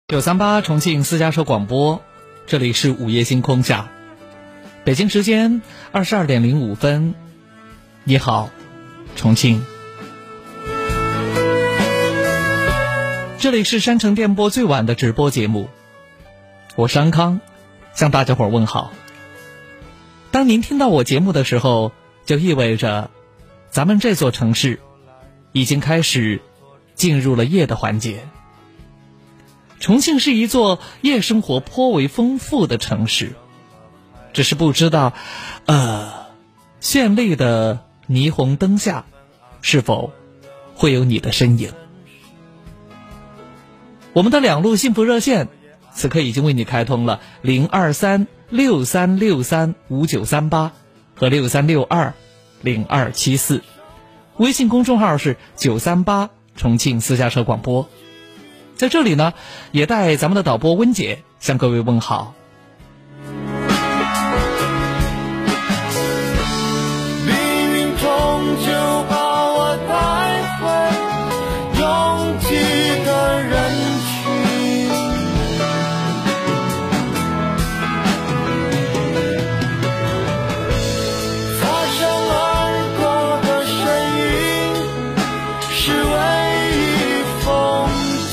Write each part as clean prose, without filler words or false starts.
938重庆私家车广播，这里是午夜星空下，北京时间22点05分。你好，重庆。这里是山城电波最晚的直播节目，我是安康，向大家伙问好。当您听到我节目的时候，就意味着咱们这座城市已经开始进入了夜的环节。重庆是一座夜生活颇为丰富的城市，只是不知道绚丽的霓虹灯下是否会有你的身影。我们的两路幸福热线此刻已经为你开通了02363635938和63620274，微信公众号是938重庆私家车广播。在这里呢，也带咱们的导播温姐向各位问好。 命运终究把我带回拥挤的人群，擦身而过的身影是唯一风景。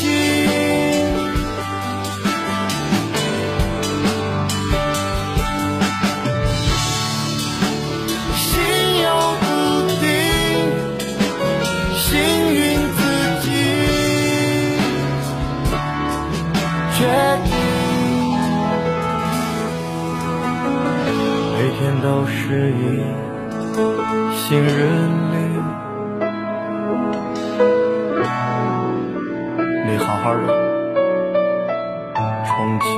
都是一新日历，你好好的，重庆。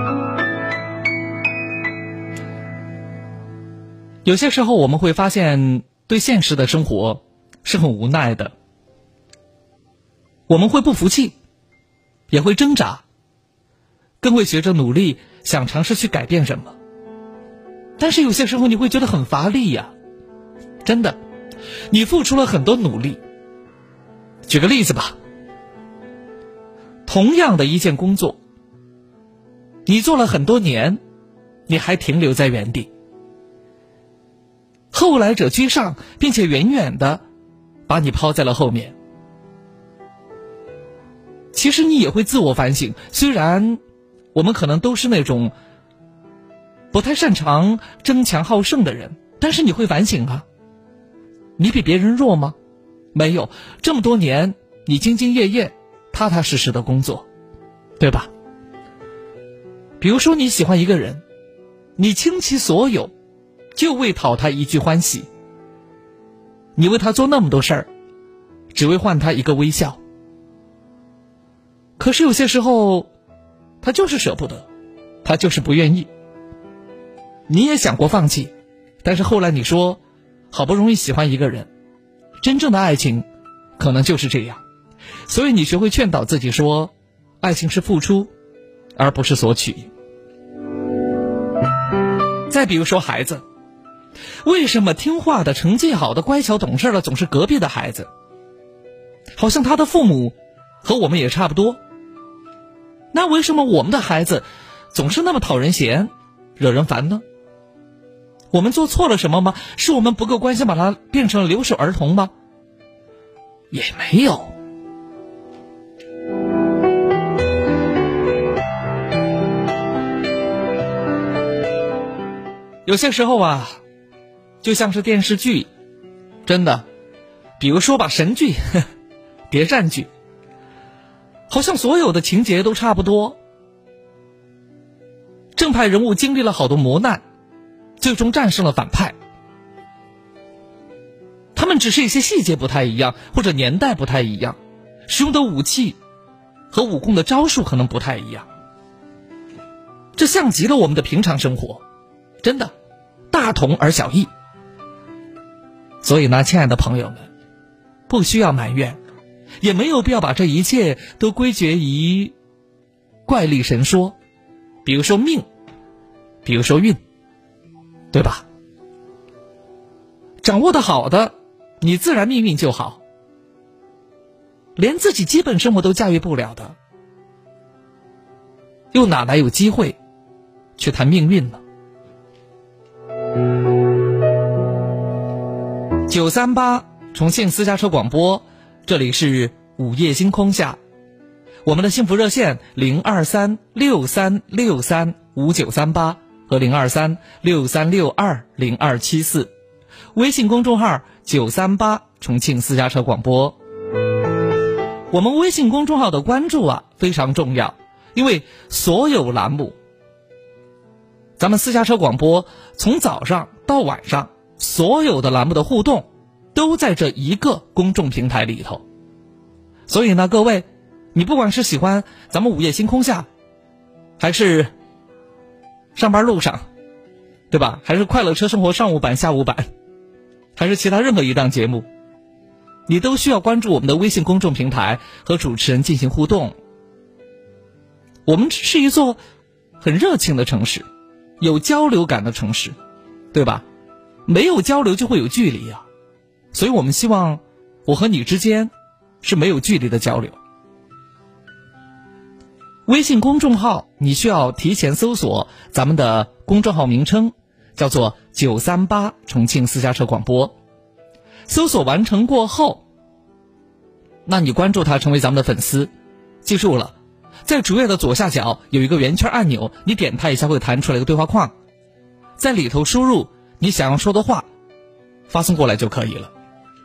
有些时候我们会发现，对现实的生活是很无奈的，我们会不服气，也会挣扎，更会学着努力想尝试去改变什么。但是有些时候你会觉得很乏力呀，真的，你付出了很多努力。举个例子吧，同样的一件工作，你做了很多年，你还停留在原地，后来者居上，并且远远的把你抛在了后面。其实你也会自我反省，虽然我们可能都是那种不太擅长争强好胜的人，但是你会反省啊，你比别人弱吗？没有，这么多年你兢兢业业踏踏实实的工作，对吧？比如说你喜欢一个人，你倾其所有就为讨他一句欢喜，你为他做那么多事儿，只为换他一个微笑。可是有些时候他就是舍不得，他就是不愿意。你也想过放弃，但是后来你说好不容易喜欢一个人，真正的爱情可能就是这样，所以你学会劝导自己说，爱情是付出而不是索取。再比如说孩子，为什么听话的成绩好的乖巧懂事的总是隔壁的孩子，好像他的父母和我们也差不多？那为什么我们的孩子总是那么讨人嫌惹人烦呢？我们做错了什么吗？是我们不够关心把他变成了留守儿童吗？也没有。有些时候啊，就像是电视剧，真的，比如说吧，神剧、谍战剧，好像所有的情节都差不多。正派人物经历了好多磨难，最终战胜了反派。他们只是一些细节不太一样，或者年代不太一样，使用的武器和武功的招数可能不太一样。这像极了我们的平常生活，真的大同而小异。所以呢，亲爱的朋友们，不需要埋怨，也没有必要把这一切都归结于怪力神说，比如说命，比如说运，对吧？掌握的好的，你自然命运就好。连自己基本生活都驾驭不了的， 又哪来有机会去谈命运呢？938重庆私家车广播，这里是午夜星空下，我们的幸福热线02363635938和02363620274，微信公众号938重庆私家车广播。我们微信公众号的关注非常重要，因为所有栏目，咱们私家车广播从早上到晚上，所有的栏目的互动都在这一个公众平台里头。所以呢，各位，你不管是喜欢咱们午夜星空下，还是上班路上，对吧？还是快乐车生活上午版、下午版，还是其他任何一档节目，你都需要关注我们的微信公众平台和主持人进行互动。我们是一座很热情的城市，有交流感的城市，对吧？没有交流就会有距离啊，所以我们希望我和你之间是没有距离的交流。微信公众号你需要提前搜索咱们的公众号名称，叫做938重庆私家车广播。搜索完成过后，那你关注它成为咱们的粉丝。记住了，在主页的左下角有一个圆圈按钮，你点它一下会弹出来一个对话框，在里头输入你想要说的话，发送过来就可以了。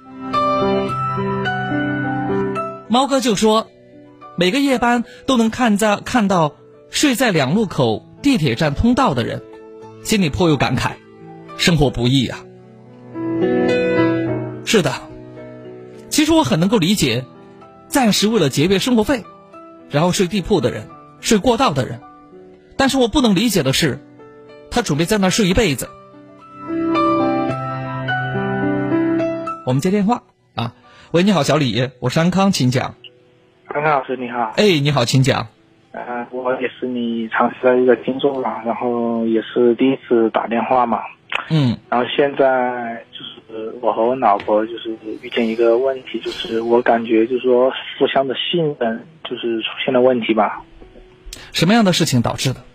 猫哥就说，每个夜班都能看到睡在两路口地铁站通道的人，心里颇有感慨，生活不易啊。是的，其实我很能够理解暂时为了节约生活费然后睡地铺的人，睡过道的人，但是我不能理解的是，他准备在那儿睡一辈子。我们接电话啊，喂，你好，小李，我是安康，请讲。 安康老师你好。 哎，你好，请讲。 我也是你长期的一个听众嘛，然后也是第一次打电话嘛。然后现在就是我和我老婆就是遇见一个问题，就是我感觉就是说互相的信任就是出现了问题吧。 什么样的事情导致的？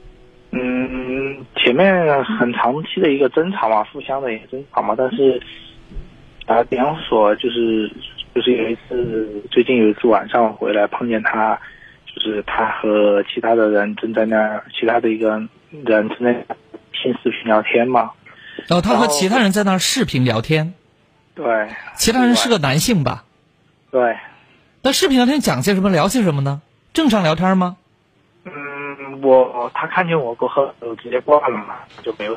前面很长期的一个争吵嘛，互相的也争吵嘛，但是比方说就是有一次，最近有一次晚上回来碰见他，就是他和其他的人正在那儿，其他的一个人正在听视频聊天嘛。 他和其他人在那儿视频聊天。 对。 其他人是个男性吧？ 对。 那视频聊天讲些什么，聊些什么呢？正常聊天吗？ 他看见我过后就直接挂了嘛，就没有。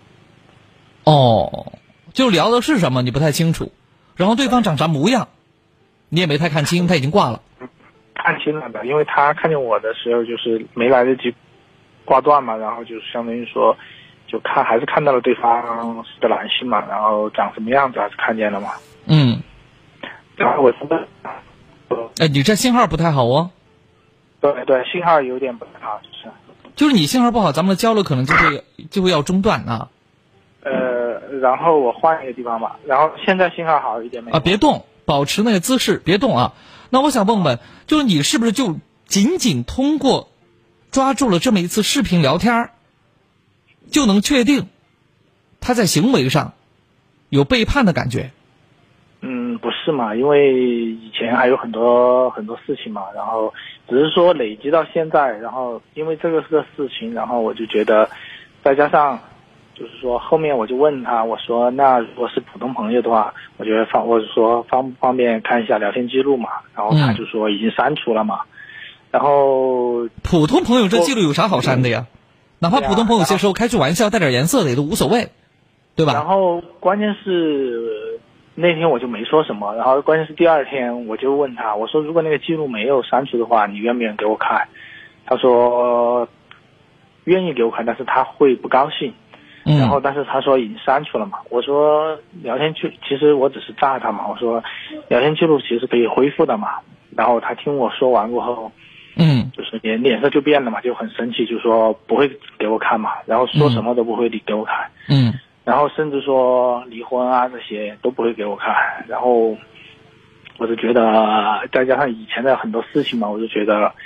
就聊的是什么你不太清楚，然后对方长啥模样你也没太看清，他已经挂了。 看清了的，因为他看见我的时候就是没来得及挂断嘛，然后就相当于说就还是看到了对方是个男性嘛，然后长什么样子还是看见了嘛。然后我觉得你这信号不太好哦。 对，信号有点不太好， 就是你信号不好，咱们的交流可能就会要中断啊。 然后我换一个地方吧，然后现在信号好一点没有？ 别动，保持那个姿势，别动啊。那我想问问，就是你是不是就仅仅通过抓住了这么一次视频聊天，就能确定他在行为上有背叛的感觉？ 不是嘛，因为以前还有很多事情嘛，然后只是说累积到现在，然后因为这个是个事情，然后我就觉得再加上就是说后面我就问他，我说那如果是普通朋友的话，我觉得我说方不方便看一下聊天记录嘛，然后他就说已经删除了嘛。然后普通朋友这记录有啥好删的呀？哪怕普通朋友有些时候开句玩笑带点颜色的也都无所谓，对吧？ 然后关键是那天我就没说什么，然后关键是第二天我就问他，我说如果那个记录没有删除的话，你愿不愿意给我看？他说愿意给我看，但是他会不高兴。然后但是他说已经删除了嘛，我说聊天记其实我只是炸他嘛，我说聊天记录其实可以恢复的嘛。然后他听我说完过后就是脸色就变了嘛，就很生气，就说不会给我看嘛，然后说什么都不会给我看。然后甚至说离婚啊这些都不会给我看，然后我就觉得再加上以前的很多事情嘛，我就觉得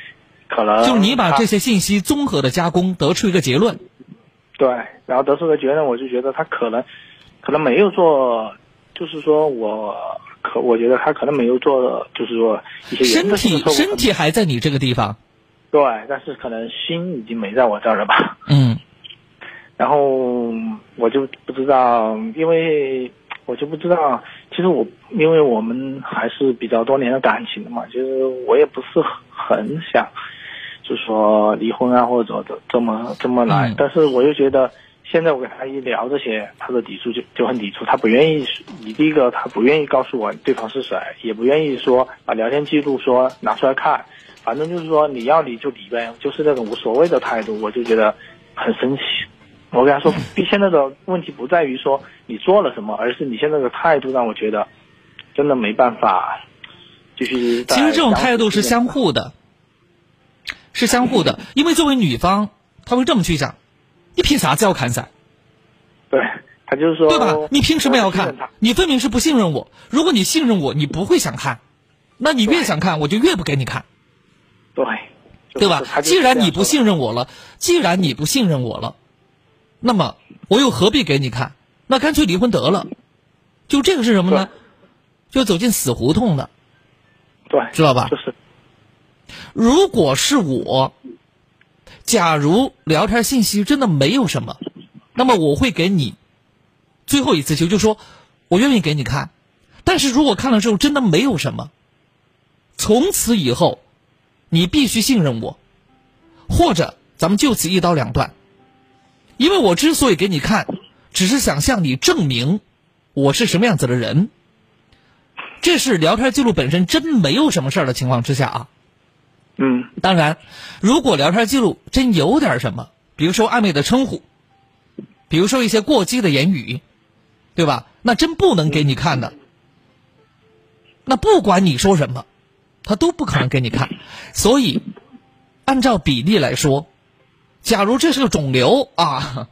可能就是你把这些信息综合的加工，得出一个结论。 对，然后得出个结论，我就觉得他可能没有做，就是说我觉得他可能没有做，就是说一些原则性的错误。 身体还在你这个地方， 对，但是可能心已经没在我这儿了吧。然后我就不知道，因为我就不知道，其实因为我们还是比较多年的感情的嘛，其实我也不是很想，就是说离婚啊或者这么来，但是我又觉得现在我跟他一聊这些，他的抵触就很抵触，他不愿意，第一个他不愿意告诉我对方是谁，也不愿意说把聊天记录说拿出来看，反正就是说你要理就理呗，就是那种无所谓的态度，我就觉得很生气。我跟他说，现在的问题不在于说你做了什么，而是你现在的态度让我觉得真的没办法继续。 其实这种态度是相互的，因为作为女方，她会这么去想：你凭啥子要看噻？ 对，他就是说， 对吧？你凭什么要看？你分明是不信任我。如果你信任我，你不会想看，那你越想看，我就越不给你看。 对， 对吧？既然你不信任我了，那么我又何必给你看？那干脆离婚得了。就这个是什么呢？就走进死胡同的。 对， 知道吧？ 就是。 如果是我，假如聊天信息真的没有什么，那么我会给你最后一次就说我愿意给你看。但是如果看了之后真的没有什么，从此以后你必须信任我，或者咱们就此一刀两断。因为我之所以给你看，只是想向你证明我是什么样子的人。这是聊天记录本身真没有什么事儿的情况之下啊。当然，如果聊天记录真有点什么，比如说暧昧的称呼，比如说一些过激的言语，对吧？那真不能给你看的。那不管你说什么，他都不可能给你看。所以，按照比例来说，假如这是个肿瘤啊，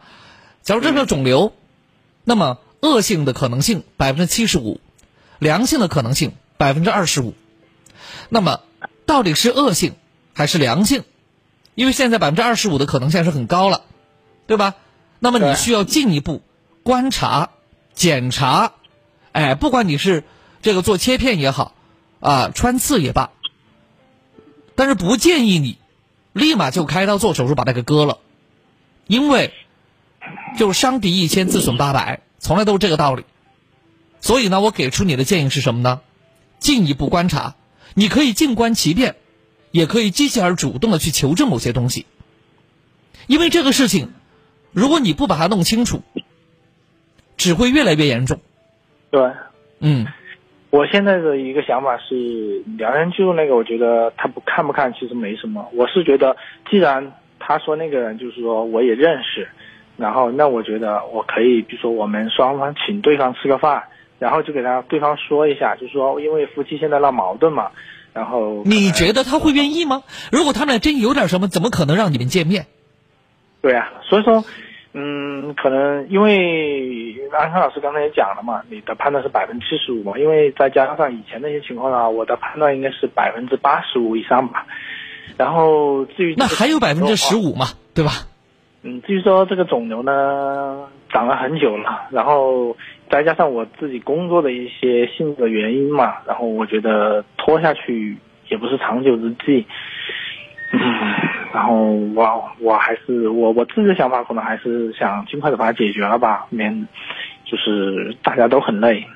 那么恶性的可能性75%，良性的可能性25%。那么到底是恶性还是良性？因为现在25%的可能性是很高了，对吧？那么你需要进一步观察、检查，不管你是这个做切片也好，穿刺也罢，但是不建议你立马就开刀做手术把它给割了，因为就伤敌1千自损800，从来都是这个道理。所以呢，我给出你的建议是什么呢？进一步观察，你可以静观其变，也可以积极而主动的去求证某些东西。因为这个事情，如果你不把它弄清楚，只会越来越严重。 对，我现在的一个想法是，聊天记录那个，我觉得他看不看其实没什么。我是觉得，既然他说那个人就是说我也认识，然后那我觉得我可以，比如说我们双方请对方吃个饭，然后就给对方说一下，就是说因为夫妻现在闹矛盾嘛，然后你觉得他会愿意吗？如果他们俩真有点什么，怎么可能让你们见面？ 对啊，所以说可能因为安康老师刚才也讲了嘛，你的判断是75%嘛，因为再加上以前那些情况呢，我的判断应该是85%以上吧。然后至于那还有15%嘛，对吧？ 至于说这个肿瘤呢，长了很久了，然后再加上我自己工作的一些性格原因嘛，然后我觉得拖下去也不是长久之计。然后我还是我自己的想法，可能还是想尽快的把它解决了吧，就是大家都很累。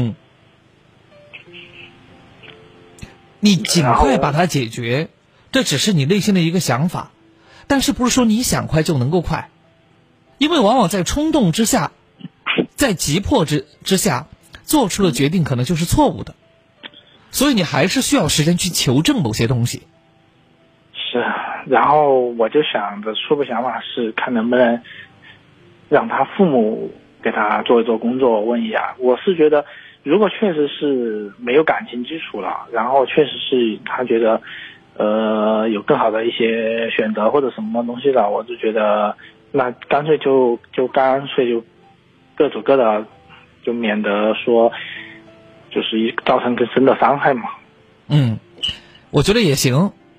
你尽快把它解决，这只是你内心的一个想法，但是不是说你想快就能够快，因为往往在冲动之下，在急迫之下做出的决定可能就是错误的，所以你还是需要时间去求证某些东西。 是，然后我就想着初步想法是看能不能让他父母给他做一做工作，问一下。我是觉得如果确实是没有感情基础了，然后确实是他觉得有更好的一些选择或者什么东西了，我就觉得那干脆就各走各的，就免得说就是造成更深的伤害嘛。 我觉得也行，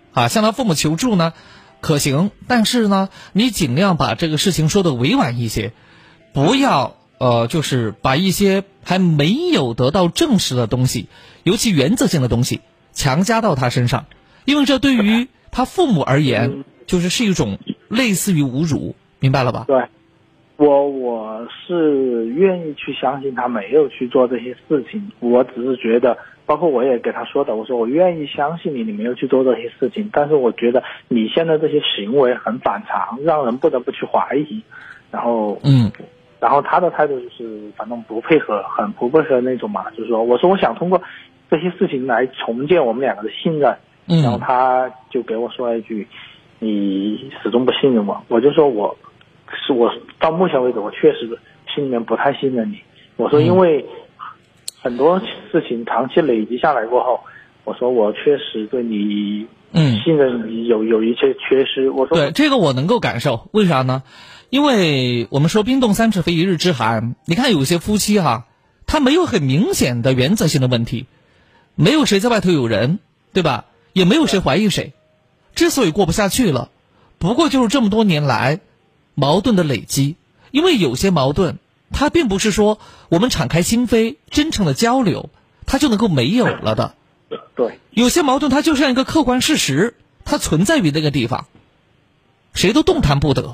向他父母求助呢，可行，但是呢，你尽量把这个事情说的委婉一些，不要就是把一些还没有得到证实的东西，尤其原则性的东西强加到他身上，因为这对于他父母而言，是一种类似于侮辱，明白了吧？ 对，我是愿意去相信他没有去做这些事情，我只是觉得，包括我也给他说的，我说我愿意相信你没有去做这些事情，但是我觉得你现在这些行为很反常，让人不得不去怀疑。然后他的态度就是反正不配合，很不配合那种嘛，就是说，我说我想通过这些事情来重建我们两个的信任，然后他就给我说了一句，你始终不信任我。我就说我到目前为止我确实心里面不太信任你，我说因为很多事情长期累积下来过后，我说我确实对你信任有一些缺失。我说对，这个我能够感受，为啥呢？因为我们说冰冻三尺非一日之寒，你看有些夫妻他没有很明显的原则性的问题，没有谁在外头有人，对吧？也没有谁怀疑谁，之所以过不下去了，不过就是这么多年来矛盾的累积。因为有些矛盾它并不是说我们敞开心扉真诚的交流它就能够没有了的。 对， 有些矛盾它就像一个客观事实，它存在于那个地方，谁都动弹不得。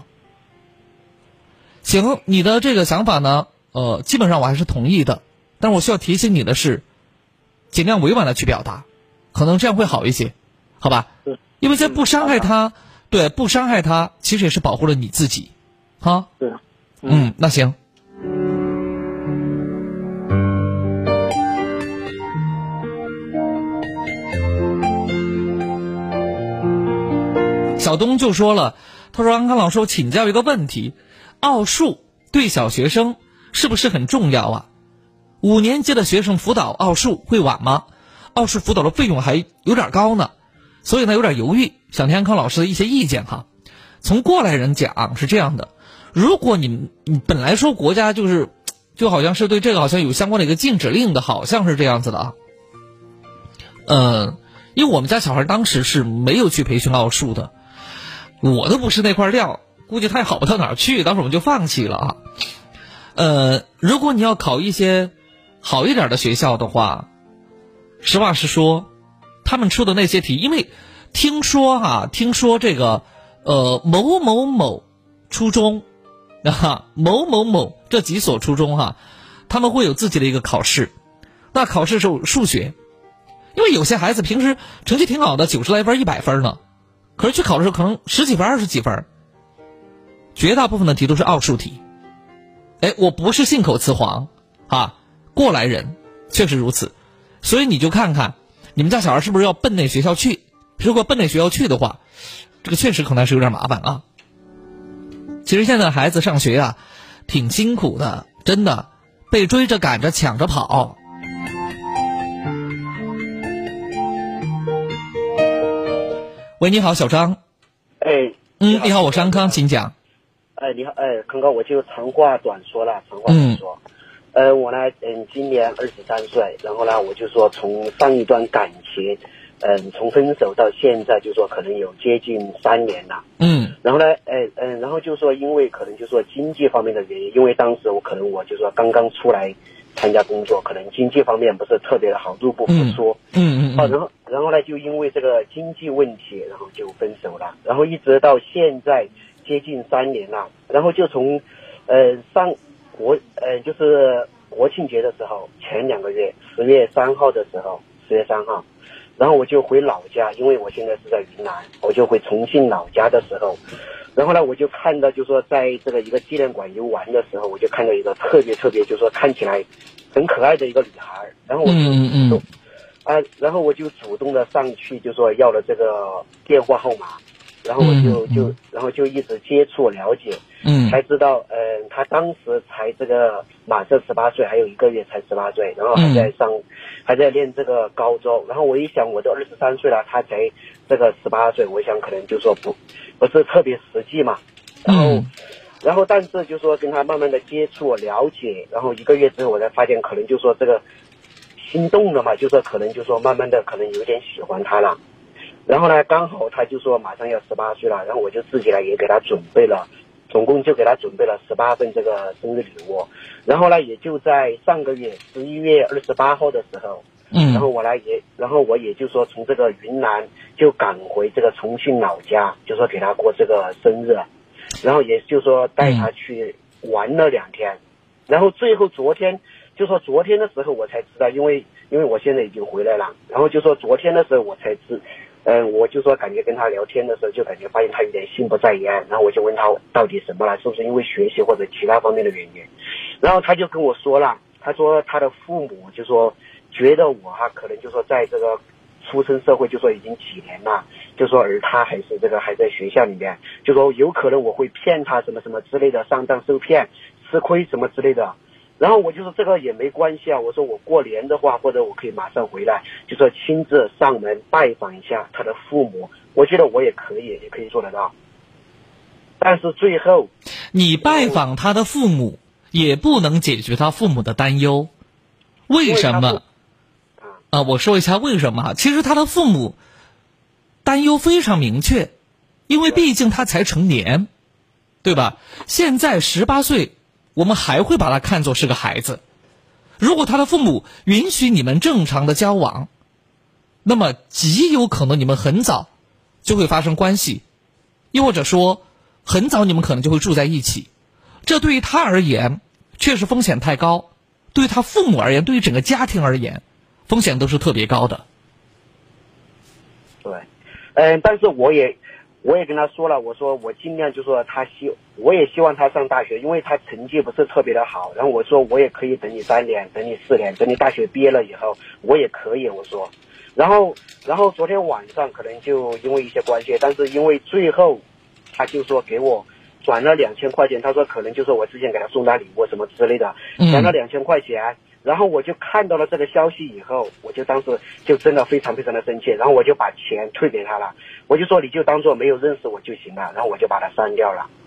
行，你的这个想法呢基本上我还是同意的，但是我需要提醒你的是，尽量委婉的去表达，可能这样会好一些，好吧？因为在不伤害他，对，不伤害他，其实也是保护了你自己， 对， 那行。小东就说了，他说安康老师，我请教一个问题，奥数对小学生是不是很重要啊？5年级的学生辅导奥数会晚吗？奥数辅导的费用还有点高呢，所以呢有点犹豫，想听安康老师的一些意见哈。从过来人讲是这样的，如果你本来说国家就好像是对这个好像有相关的一个禁止令的，好像是这样子的因为我们家小孩当时是没有去培训奥数的，我都不是那块料，估计他也好不到哪儿去，当时我们就放弃了如果你要考一些好一点的学校的话，实话实说，他们出的那些题，因为听说这个某某某初中某某某这几所初中他们会有自己的一个考试，那考试是数学，因为有些孩子平时成绩挺好的，90来分100分呢，可是去考的时候可能10几分20几分，绝大部分的题都是奥数题。我不是信口雌黄过来人确实如此，所以你就看看你们家小孩是不是要奔那学校去，如果奔那学校去的话，这个确实可能是有点麻烦其实现在孩子上学挺辛苦的，真的被追着赶着抢着跑。喂，你好，小张。你好，我是安康，请讲。 你好，康哥，我就长话短说。我呢，今年23岁，然后呢，我就说从上一段感情，从分手到现在，就说可能有接近3年了。然后呢，然后就说因为可能就说经济方面的原因，因为当时我就说刚刚出来参加工作，可能经济方面不是特别的好，入不敷出。然后呢，就因为这个经济问题，然后就分手了，然后一直到现在接近3年了，然后就从就是国庆节的时候，前2个月10月3号的时候，10月3号，然后我就回老家，因为我现在是在云南，我就回重庆老家的时候，然后呢，我就看到就说在这个一个纪念馆游玩的时候，我就看到一个特别就说看起来很可爱的一个女孩，然后我就主动的上去就说要了这个电话号码，然后我就一直接触了解，才知道他当时才这个马上18岁，还有1个月才18岁，然后还在念这个高中，然后我一想我都23岁了，他才这个18岁，我想可能就说不是特别实际嘛，然后但是就说跟他慢慢的接触了解，然后1个月之后我才发现可能就说这个心动了嘛，就说可能就说慢慢的可能有点喜欢他了。 然后呢，刚好他就说马上要18岁了，然后我就自己呢也给他准备了，总共就给他准备了18份这个生日礼物。然后呢，也就在上个月11月28号的时候，然后我也就说从这个云南就赶回这个重庆老家，就说给他过这个生日，然后也就说带他去玩了2天，然后最后昨天的时候我才知道，因为我现在已经回来了，然后就说昨天的时候我才我就说感觉跟他聊天的时候就感觉发现他有点心不在焉，然后我就问他到底什么了，是不是因为学习或者其他方面的原因，然后他就跟我说了，他说他的父母就说觉得我可能就说在这个出身社会就说已经几年了，就说而他还是还在学校里面，就说有可能我会骗他什么什么之类的，上当受骗吃亏什么之类的。然后我就说这个也没关系啊，我说我过年的话或者我可以马上回来，就说亲自上门拜访一下他的父母，我觉得我也可以做得到。但是最后你拜访他的父母也不能解决他父母的担忧，为什么？我说一下为什么。其实他的父母担忧非常明确，因为毕竟他才成年，对吧？现在18岁，我们还会把他看作是个孩子。如果他的父母允许你们正常的交往，那么极有可能你们很早就会发生关系，又或者说很早你们可能就会住在一起。这对于他而言确实风险太高，对于他父母而言，对于整个家庭而言，风险都是特别高的。 对，但是我也跟他说了，我说我尽量就说我也希望他上大学，因为他成绩不是特别的好，然后我说我也可以等你3年，等你4年，等你大学毕业了以后我也可以，我说。然后昨天晚上可能就因为一些关系，但是因为最后他就说给我转了2000块钱，他说可能就是我之前给他送他礼物什么之类的，转了2000块钱。然后我就看到了这个消息以后，我就当时就真的非常非常的生气，然后我就把钱退给他了，我就说你就当做没有认识我就行了，然后我就把他删掉了。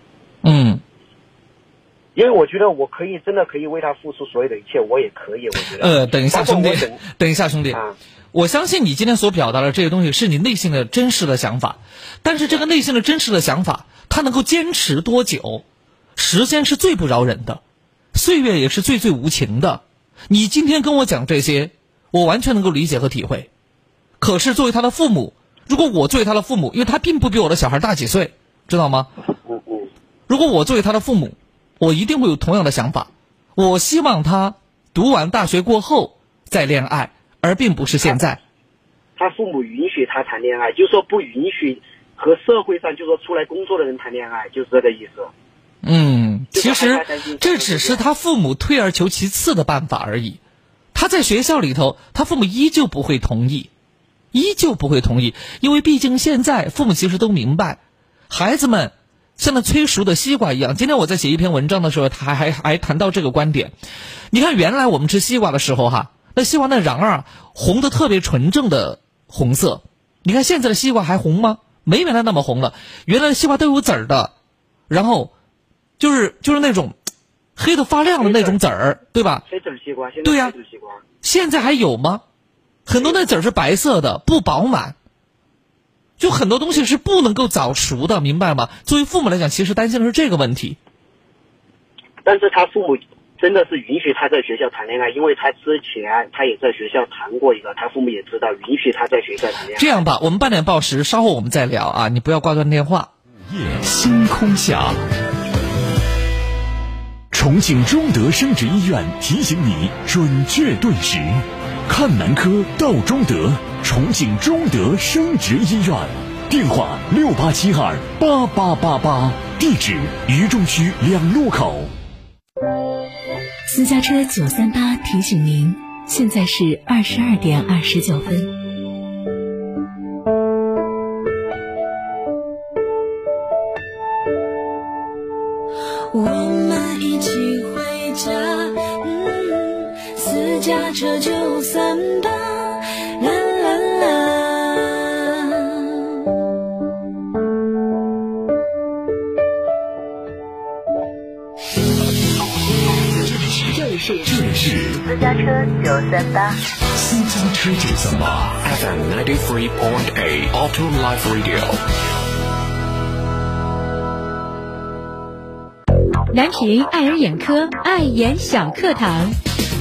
因为我觉得我真的可以为他付出所有的一切，我也可以，我觉得。 等一下兄弟，我相信你今天所表达的这些东西是你内心的真实的想法，但是这个内心的真实的想法，它能够坚持多久？时间是最不饶人的，岁月也是最最无情的。你今天跟我讲这些，我完全能够理解和体会。可是作为他的父母，如果我作为他的父母，因为他并不比我的小孩大几岁，知道吗？如果我作为他的父母，我一定会有同样的想法。我希望他读完大学过后再恋爱，而并不是现在。 他父母允许他谈恋爱，就是说不允许和社会上就是说出来工作的人谈恋爱，就是这个意思。 其实这只是他父母退而求其次的办法而已。他在学校里头，他父母依旧不会同意，因为毕竟现在父母其实都明白，孩子们像那催熟的西瓜一样。今天我在写一篇文章的时候，他还谈到这个观点。你看，原来我们吃西瓜的时候那西瓜那瓤儿红的特别纯正的红色。你看现在的西瓜还红吗？没原来那么红了。原来的西瓜都有籽儿的，然后就是那种黑的发亮的那种籽儿，对吧？ 黑籽西瓜， 对呀，现在还有吗？很多那籽儿是白色的，不饱满，就很多东西是不能够早熟的，明白吗？作为父母来讲，其实担心的是这个问题。 但是他父母真的是允许他在学校谈恋爱，因为他之前他也在学校谈过一个，他父母也知道允许他在学校谈恋爱。 这样吧，我们8点报时，稍后我们再聊啊，你不要挂断电话。 星空下，重庆中德生殖医院提醒你准确对时，看男科到中德，重庆中德生殖医院，电话68728888，地址渝中区2路口。 私家车938提醒您，现在是22点29分。 我们一起回家，私家车938，啦啦啦。 这里是私家车938， 私家车938 FM 93.8 Auto Life Radio。 南屏爱尔眼科爱眼小课堂，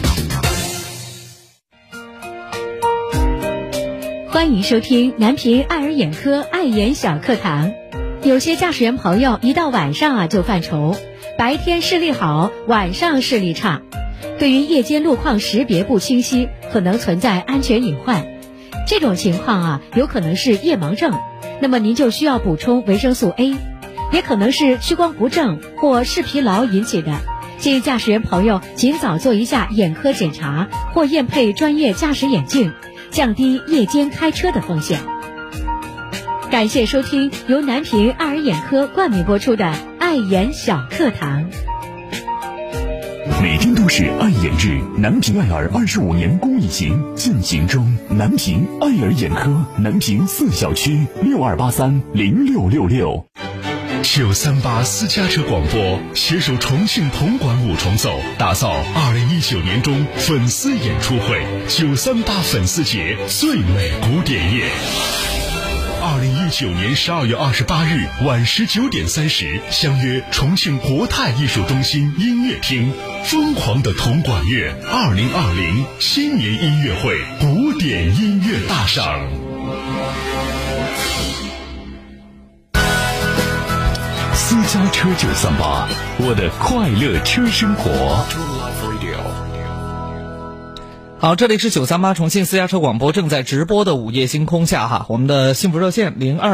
欢迎收听南屏爱尔眼科爱眼小课堂。有些驾驶员朋友一到晚上就犯愁，白天视力好，晚上视力差。对于夜间路况识别不清晰，可能存在安全隐患。这种情况有可能是夜盲症，那么您就需要补充维生素 A。也可能是屈光不正或视疲劳引起的，建议驾驶员朋友尽早做一下眼科检查或验配专业驾驶眼镜，降低夜间开车的风险。感谢收听由南屏爱尔眼科冠名播出的爱眼小课堂。 每天都是爱眼日，南屏爱尔25年公益行进行中。南屏爱尔眼科，南屏4小区62830666。 938私家车广播携手重庆铜管5重奏，打造2019年中粉丝演出会938粉丝节最美古典夜。2019年12月28日晚19点30，相约重庆国泰艺术中心音乐厅，疯狂的铜管乐2020新年音乐会古典音乐大赏。 私家车938，我的快乐车生活。 好，这里是938重庆私家车广播正在直播的午夜星空下哈，我们的幸福热线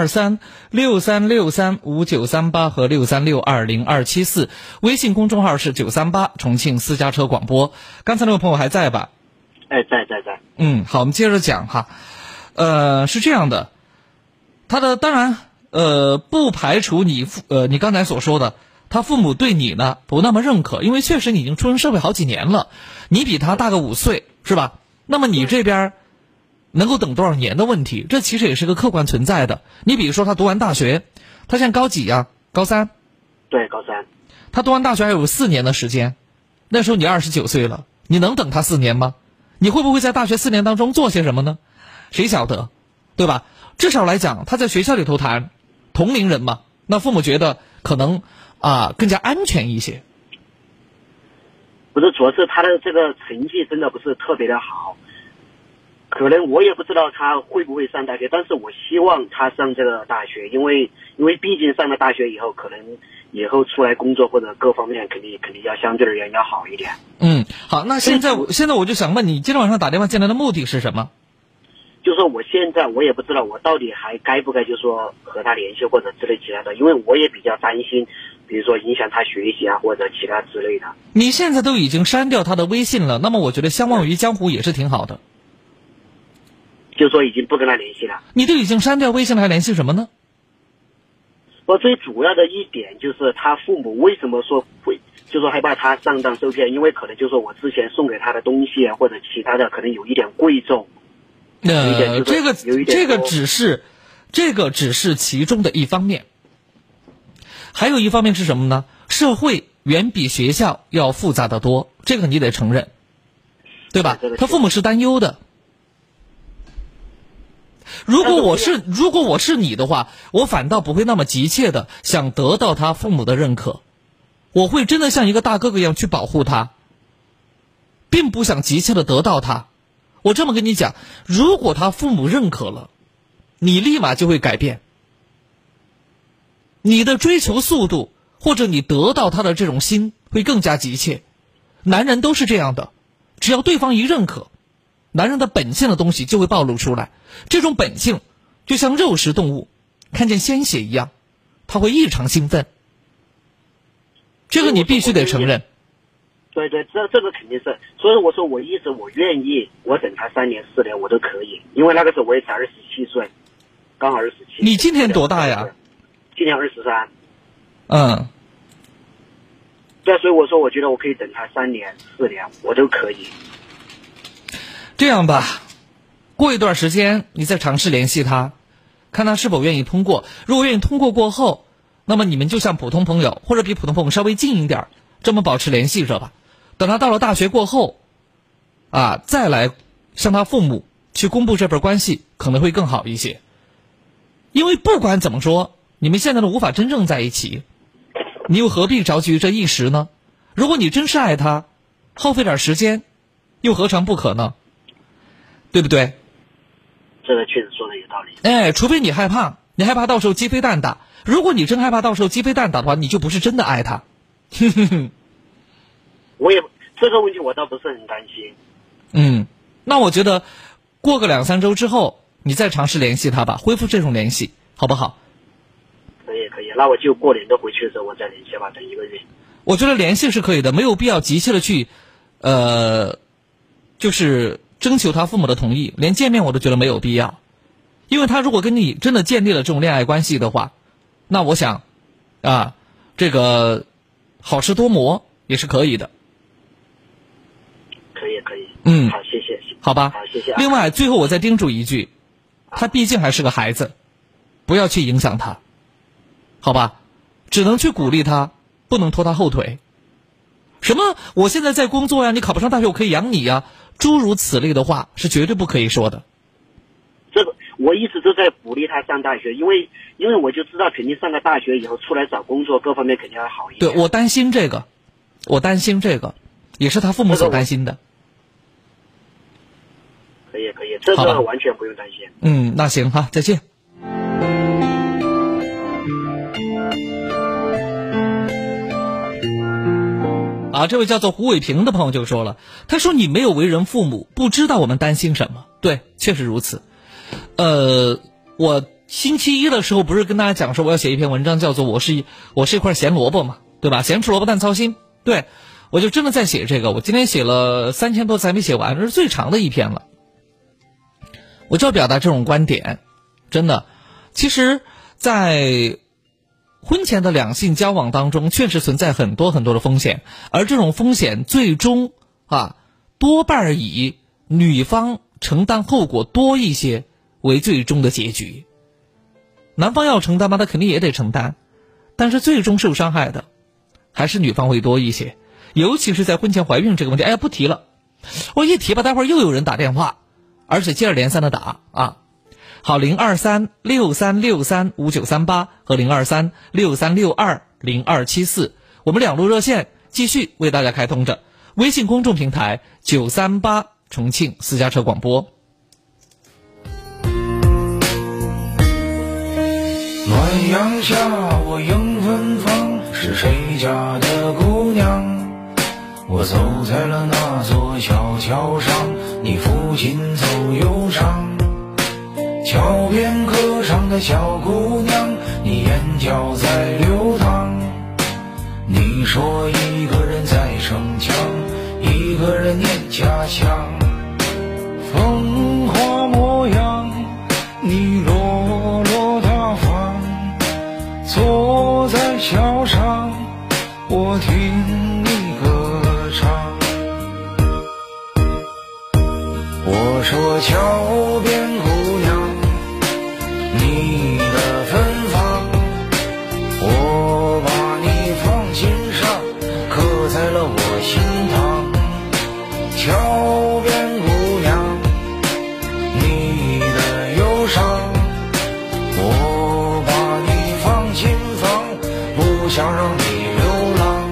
02363635938和636207274，微信公众号是938重庆私家车广播。刚才那位朋友还在吧？ 在。 好，我们接着讲哈。是这样的，他的当然不排除你刚才所说的，他父母对你呢不那么认可，因为确实你已经出身社会好几年了，你比他大个5岁，是吧？那么你这边能够等多少年的问题，这其实也是个客观存在的。你比如说他读完大学，他现在高几呀？高3？ 对，高3。 他读完大学还有4年的时间，那时候你29岁了，你能等他4年吗？你会不会在大学4年当中做些什么呢？谁晓得，对吧？至少来讲，他在学校里头谈同龄人嘛，那父母觉得可能更加安全一些。 不是，主要是他的这个成绩真的不是特别的好，可能我也不知道他会不会上大学，但是我希望他上这个大学，因为毕竟上了大学以后，可能以后出来工作或者各方面肯定要相对而言要好一点。 好，那现在我就想问你，今天晚上打电话进来的目的是什么？ 就是说我现在我也不知道我到底还该不该就说和他联系或者之类其他的，因为我也比较担心，比如说影响他学习或者其他之类的。 你现在都已经删掉他的微信了，那么我觉得相忘于江湖也是挺好的。 就说已经不跟他联系了。 你都已经删掉微信了，还联系什么呢？ 我最主要的一点就是他父母为什么说会就说害怕他上当受骗，因为可能就说我之前送给他的东西或者其他的可能有一点贵重。 这个只是其中的一方面，还有一方面是什么呢？社会远比学校要复杂的多，这个你得承认，对吧？他父母是担忧的。如果我是你的话，我反倒不会那么急切的想得到他父母的认可，我会真的像一个大哥哥一样去保护他，并不想急切的得到他。我这么跟你讲，如果他父母认可了，你立马就会改变。你的追求速度，或者你得到他的这种心会更加急切。男人都是这样的，只要对方一认可，男人的本性的东西就会暴露出来。这种本性就像肉食动物看见鲜血一样，他会异常兴奋。这个你必须得承认。 对，这个肯定是，所以我说我愿意，我等他3年4年我都可以，因为那个时候我也才27岁，刚好27。 你今年多大呀？ 今年23。对，所以我说我觉得我可以等他3年4年我都可以。 这样吧，过一段时间你再尝试联系他，看他是否愿意通过。如果愿意通过过后，那么你们就像普通朋友或者比普通朋友稍微近一点，这么保持联系着吧。 等他到了大学过后，再来向他父母去公布这份关系，可能会更好一些。因为不管怎么说，你们现在都无法真正在一起，你又何必着急于这一时呢？如果你真是爱他，耗费点时间，又何尝不可呢？对不对？ 这个确实说的有道理。 除非你害怕到时候鸡飞蛋打。如果你真害怕到时候鸡飞蛋打的话，你就不是真的爱他。 我也这个问题我倒不是很担心。 那我觉得过个2-3周之后，你再尝试联系他吧，恢复这种联系，好不好？ 可以，那我就过年都回去的时候我再联系吧，等1个月。我觉得联系是可以的，没有必要急切的去，就是征求他父母的同意，连见面我都觉得没有必要。因为他如果跟你真的建立了这种恋爱关系的话，那我想，这个好事多磨也是可以的。 可以。好，谢谢。 好吧。 好，谢谢。 另外，最后我再叮嘱一句，他毕竟还是个孩子，不要去影响他，好吧？只能去鼓励他，不能拖他后腿。什么？我现在在工作呀，你考不上大学，我可以养你呀，诸如此类的话是绝对不可以说的。 这个我一直都在鼓励他上大学，因为我就知道肯定上了大学以后出来找工作各方面肯定要好一点。 对，我担心这个，也是他父母所担心的。 可以，这个完全不用担心。 那行哈，再见。这位叫做胡伟平的朋友就说了，他说你没有为人父母，不知道我们担心什么。对，确实如此。我星期一的时候不是跟大家讲说我要写一篇文章，叫做我是一块咸萝卜嘛，对吧？咸吃萝卜淡操心。对，我就真的在写这个，我今天写了3000多字还没写完，这是最长的一篇了。我就要表达这种观点，真的，其实在婚前的两性交往当中确实存在很多很多的风险，而这种风险最终多半以女方承担后果多一些为最终的结局。男方要承担吗？他肯定也得承担，但是最终受伤害的还是女方会多一些，尤其是在婚前怀孕这个问题。不提了，我一提吧，待会儿又有人打电话，而且接二连三的打好，02363635938和02363620274，我们2路热线继续为大家开通着。微信公众平台938重庆私家车广播。 暖阳下我迎芬芳，是谁家的姑娘？我走在了那座小桥上，你父亲走忧伤。桥边歌唱的小姑娘，你眼角在流淌。你说一个人在逞强，一个人念家乡。风华模样，你落落大方。坐在桥上，我听你歌唱。我说桥边姑娘，你的芬芳，我把你放心上，刻在了我心膛。桥边姑娘，你的忧伤，我把你放心房，不想让你流浪。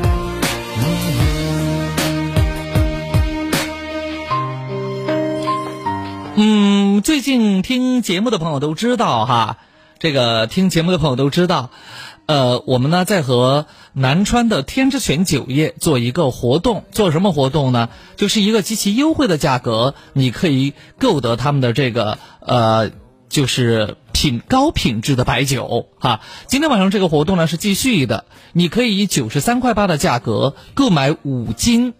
最近听节目的朋友都知道听节目的朋友都知道，我们呢在和南川的天之泉酒业做一个活动。做什么活动呢？就是一个极其优惠的价格，你可以购得他们的这个就是高品质的白酒今天晚上这个活动呢是继续的，你可以以93.8块的价格购买5斤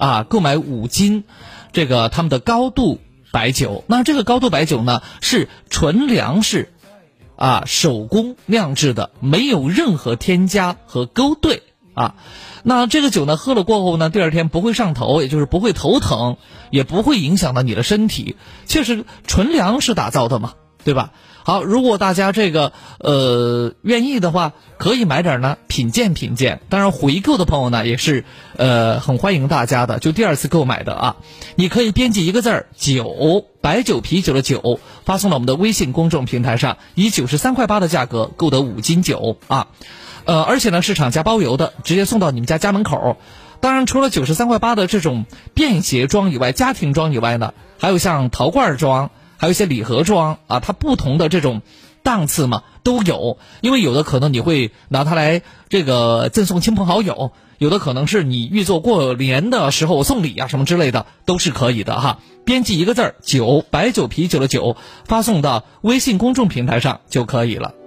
这个他们的高度白酒。那这个高度白酒呢是纯粮食手工酿制的，没有任何添加和勾兑那这个酒呢喝了过后呢，第二天不会上头，也就是不会头疼，也不会影响到你的身体。确实纯粮食打造的嘛，对吧？ 好，如果大家这个愿意的话，可以买点呢品鉴品鉴。当然回购的朋友呢也是很欢迎大家的，就第二次购买的啊，你可以编辑一个字儿酒，白酒啤酒的酒，发送到我们的微信公众平台上，以93.8块的价格购得5斤酒啊。而且呢是厂家包邮的，直接送到你们家门口。当然除了93.8块的这种便携装以外，家庭装以外呢，还有像陶罐装，还有一些礼盒装啊，它不同的这种档次嘛都有。因为有的可能你会拿它来这个赠送亲朋好友，有的可能是你预做过年的时候送礼啊什么之类的，都是可以的哈。编辑一个字儿酒，白酒啤酒的酒，发送到微信公众平台上就可以了。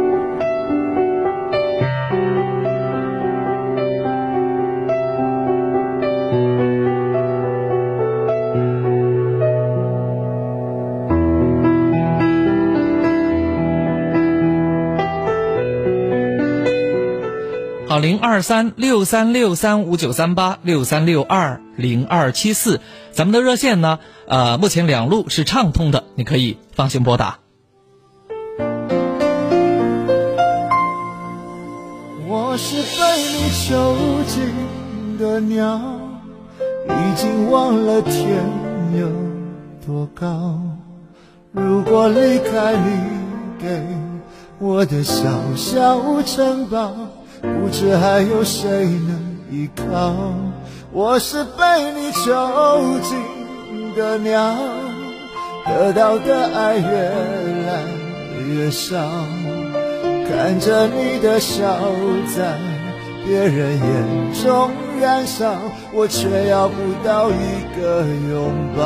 好，02363635938636202674，咱们的热线呢，目前2路是畅通的，你可以放心拨打。 我是被你囚禁的鸟，已经忘了天有多高。如果离开你给我的小小城堡，不知还有谁能依靠。我是被你囚禁的鸟，得到的爱越来越少，看着你的笑在别人眼中燃烧，我却要不到一个拥抱。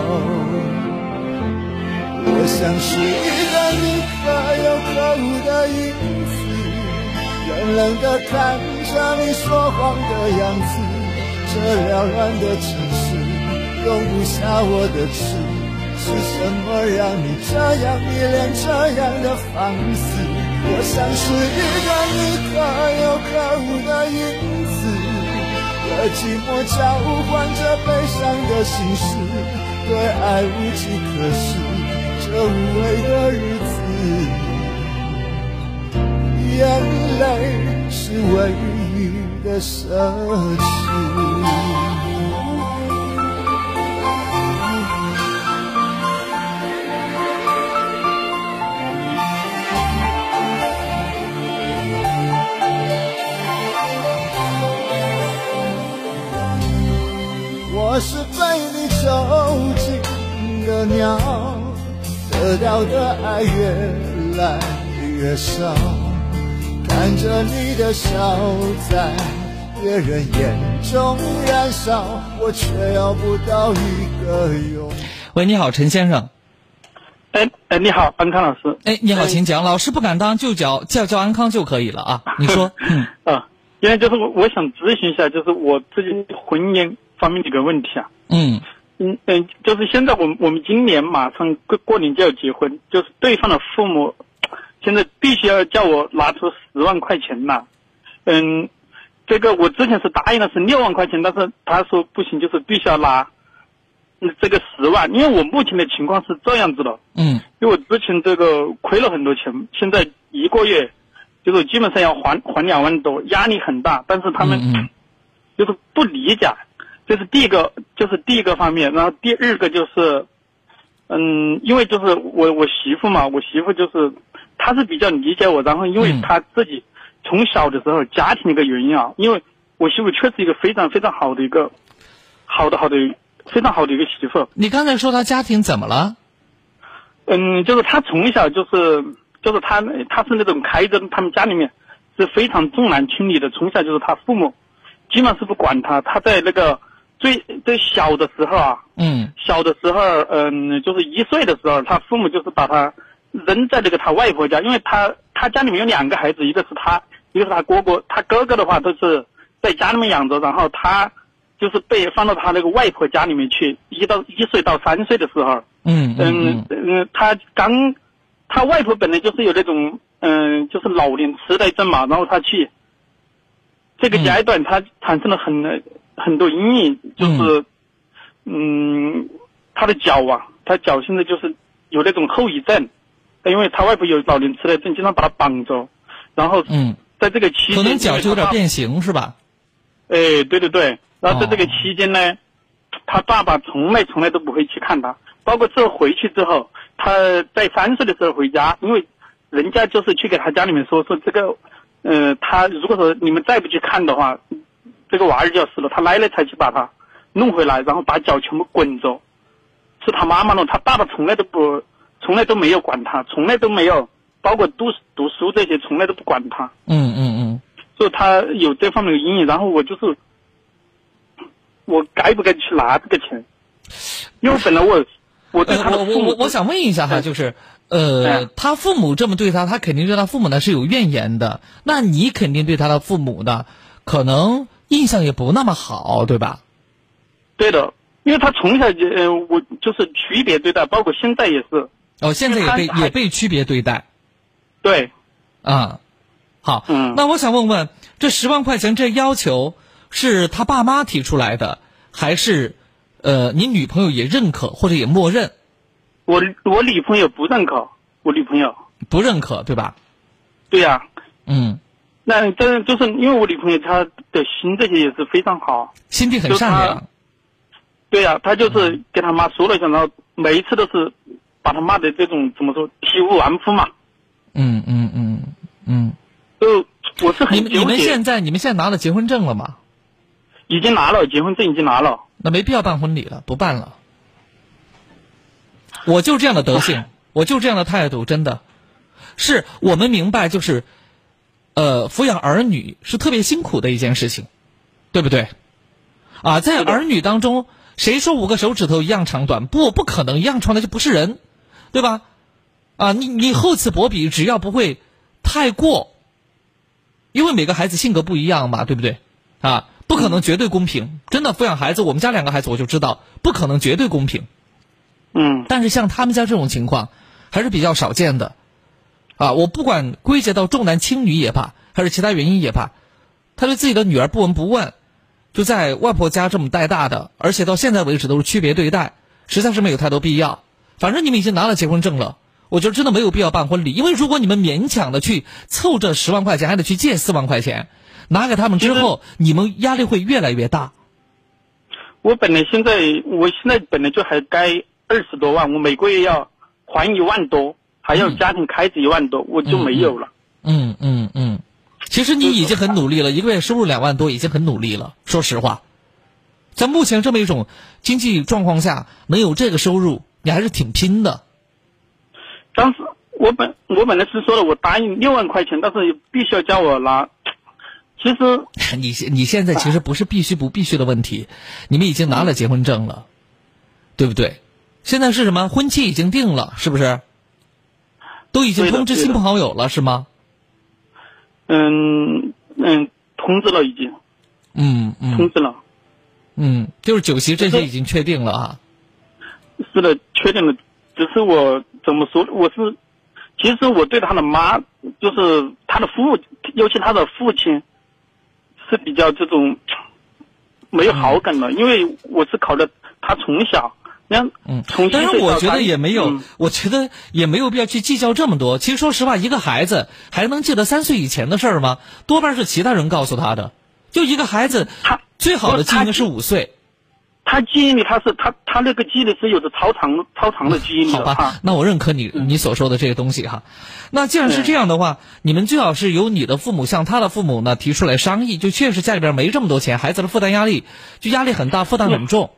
我像是一个你可有可无的影子，冷冷地看着你说谎的样子。这缭乱的城市容不下我的痴，是什么让你这样迷恋这样的放肆？我像是一个你可有可无的影子，和寂寞交换着悲伤的心事，对爱无计可施，这无味的日子，眼泪是唯一的奢侈。我是被你囚禁的鸟，得到的爱越来越少，看着你的笑在别人眼中燃烧，我却要不到一个拥。 喂，你好，陈先生。 你好，安康老师。 你好，请讲。老师不敢当，就叫安康就可以了啊。你说。 因为就是我想咨询一下，就是我自己婚姻方面的一个问题啊。就是现在我们今年马上过年就要结婚，就是对方的父母现在必须要叫我拿出10万块钱呐。这个我之前是答应的是6万块钱，但是他说不行，就是必须要拿这个10万。因为我目前的情况是这样子的，因为我之前这个亏了很多钱，现在一个月就是基本上要还2万多，压力很大，但是他们就是不理解。这是第一个方面。然后第二个就是，因为就是我媳妇嘛，我媳妇就是她是比较理解我，然后因为她自己从小的时候家庭的一个原因啊，因为我媳妇确实一个非常非常好的一个非常好的一个媳妇。 你刚才说她家庭怎么了？ 就是她从小就是她是那种开着他们家里面是非常重男轻女的，从小就是她父母基本上是不管她，她在那个最小的时候啊，小的时候，就是1岁的时候，他父母就是把他扔在那个他外婆家，因为他家里面有2个孩子，一个是他哥哥，他哥哥的话都是在家里面养着，然后他就是被放到他那个外婆家里面去，1岁到3岁的时候，他外婆本来就是有那种就是老年痴呆症嘛，然后他去这个阶段他产生了很多阴影，就是他的脚啊，他脚现在就是有那种后遗症， 因为他外婆有老年痴呆症，经常把他绑着，然后在这个期间可能脚就有点变形是吧？ 对对对，然后在这个期间呢，他爸爸从来都不会去看他，包括之后回去之后，他在3岁的时候回家，因为人家就是去给他家里面说这个，他如果说你们再不去看的话，这个娃儿就要死了，他奶奶才去把他弄回来，然后把脚全部滚着，是他妈妈弄，他爸爸从来都没有管他，从来都没有，包括读书这些从来都不管他。所以他有这方面的阴影，然后我该不该去拿这个钱？因为本来我对他的父母我想问一下哈，就是他父母这么对他，他肯定对他父母呢是有怨言的，那你肯定对他的父母呢可能印象也不那么好，对吧？ 对的，因为他从小我就是区别对待，包括现在也是。 现在也被区别对待。 对。 好。那我想问问，这10万块钱这要求是他爸妈提出来的，还是你女朋友也认可或者也默认？ 我女朋友不认可，我女朋友不认可，对吧？ 对呀。那这就是因为我女朋友她的心这些也是非常好， 心地很善良。 对呀，她就是跟他妈说了一下，然后每一次都是把他妈的这种怎么说体无完肤嘛。我是很纠结。 你们现在拿了结婚证了吗？ 已经拿了，结婚证已经拿了。 那没必要办婚礼了，不办了。我就这样的德性，我就这样的态度，真的是我们明白，就是抚养儿女是特别辛苦的一件事情，对不对？在儿女当中，谁说5个手指头一样长短？不可能一样长的就不是人，对吧？你厚此薄彼，只要不会太过，因为每个孩子性格不一样嘛，对不对？不可能绝对公平。真的抚养孩子，我们家2个孩子我就知道，不可能绝对公平。但是像他们家这种情况，还是比较少见的。我不管归结到重男轻女也罢，还是其他原因也罢，他对自己的女儿不闻不问，就在外婆家这么带大的，而且到现在为止都是区别对待，实在是没有太多必要。反正你们已经拿了结婚证了，我觉得真的没有必要办婚礼，因为如果你们勉强的去凑这10万块钱，还得去借4万块钱，拿给他们之后，你们压力会越来越大。 我现在本来就还该20多万，我每个月要还1万多，还要家庭开支1万多，我就没有了。 其实你已经很努力了，1个月收入2万多已经很努力了。说实话，在目前这么一种经济状况下，能有这个收入，你还是挺拼的。 当时我本来是说了，我答应6万块钱，但是必须要叫我拿。其实你现在其实不是必须不必须的问题，你们已经拿了结婚证了，对不对？现在是什么？婚期已经定了，是不是？都已经通知亲朋好友了，是吗？ 通知了已经。通知了。 就是酒席这些已经确定了啊。 是的，确定了。只是我怎么说，其实我对他的妈，就是他的尤其他的父亲，是比较这种没有好感的，因为我是考虑他从小。 当然我觉得也没有，我觉得也没有必要去计较这么多。其实说实话，一个孩子还能记得3岁以前的事儿吗？多半是其他人告诉他的。就一个孩子，他最好的记忆是5岁。 他记忆力他那个记忆力是有着超长的记忆力的。 好吧，那我认可你所说的这些东西哈。那既然是这样的话，你们最好是由你的父母向他的父母呢提出来商议，就确实家里边没这么多钱，孩子的负担压力就压力很大，负担很重。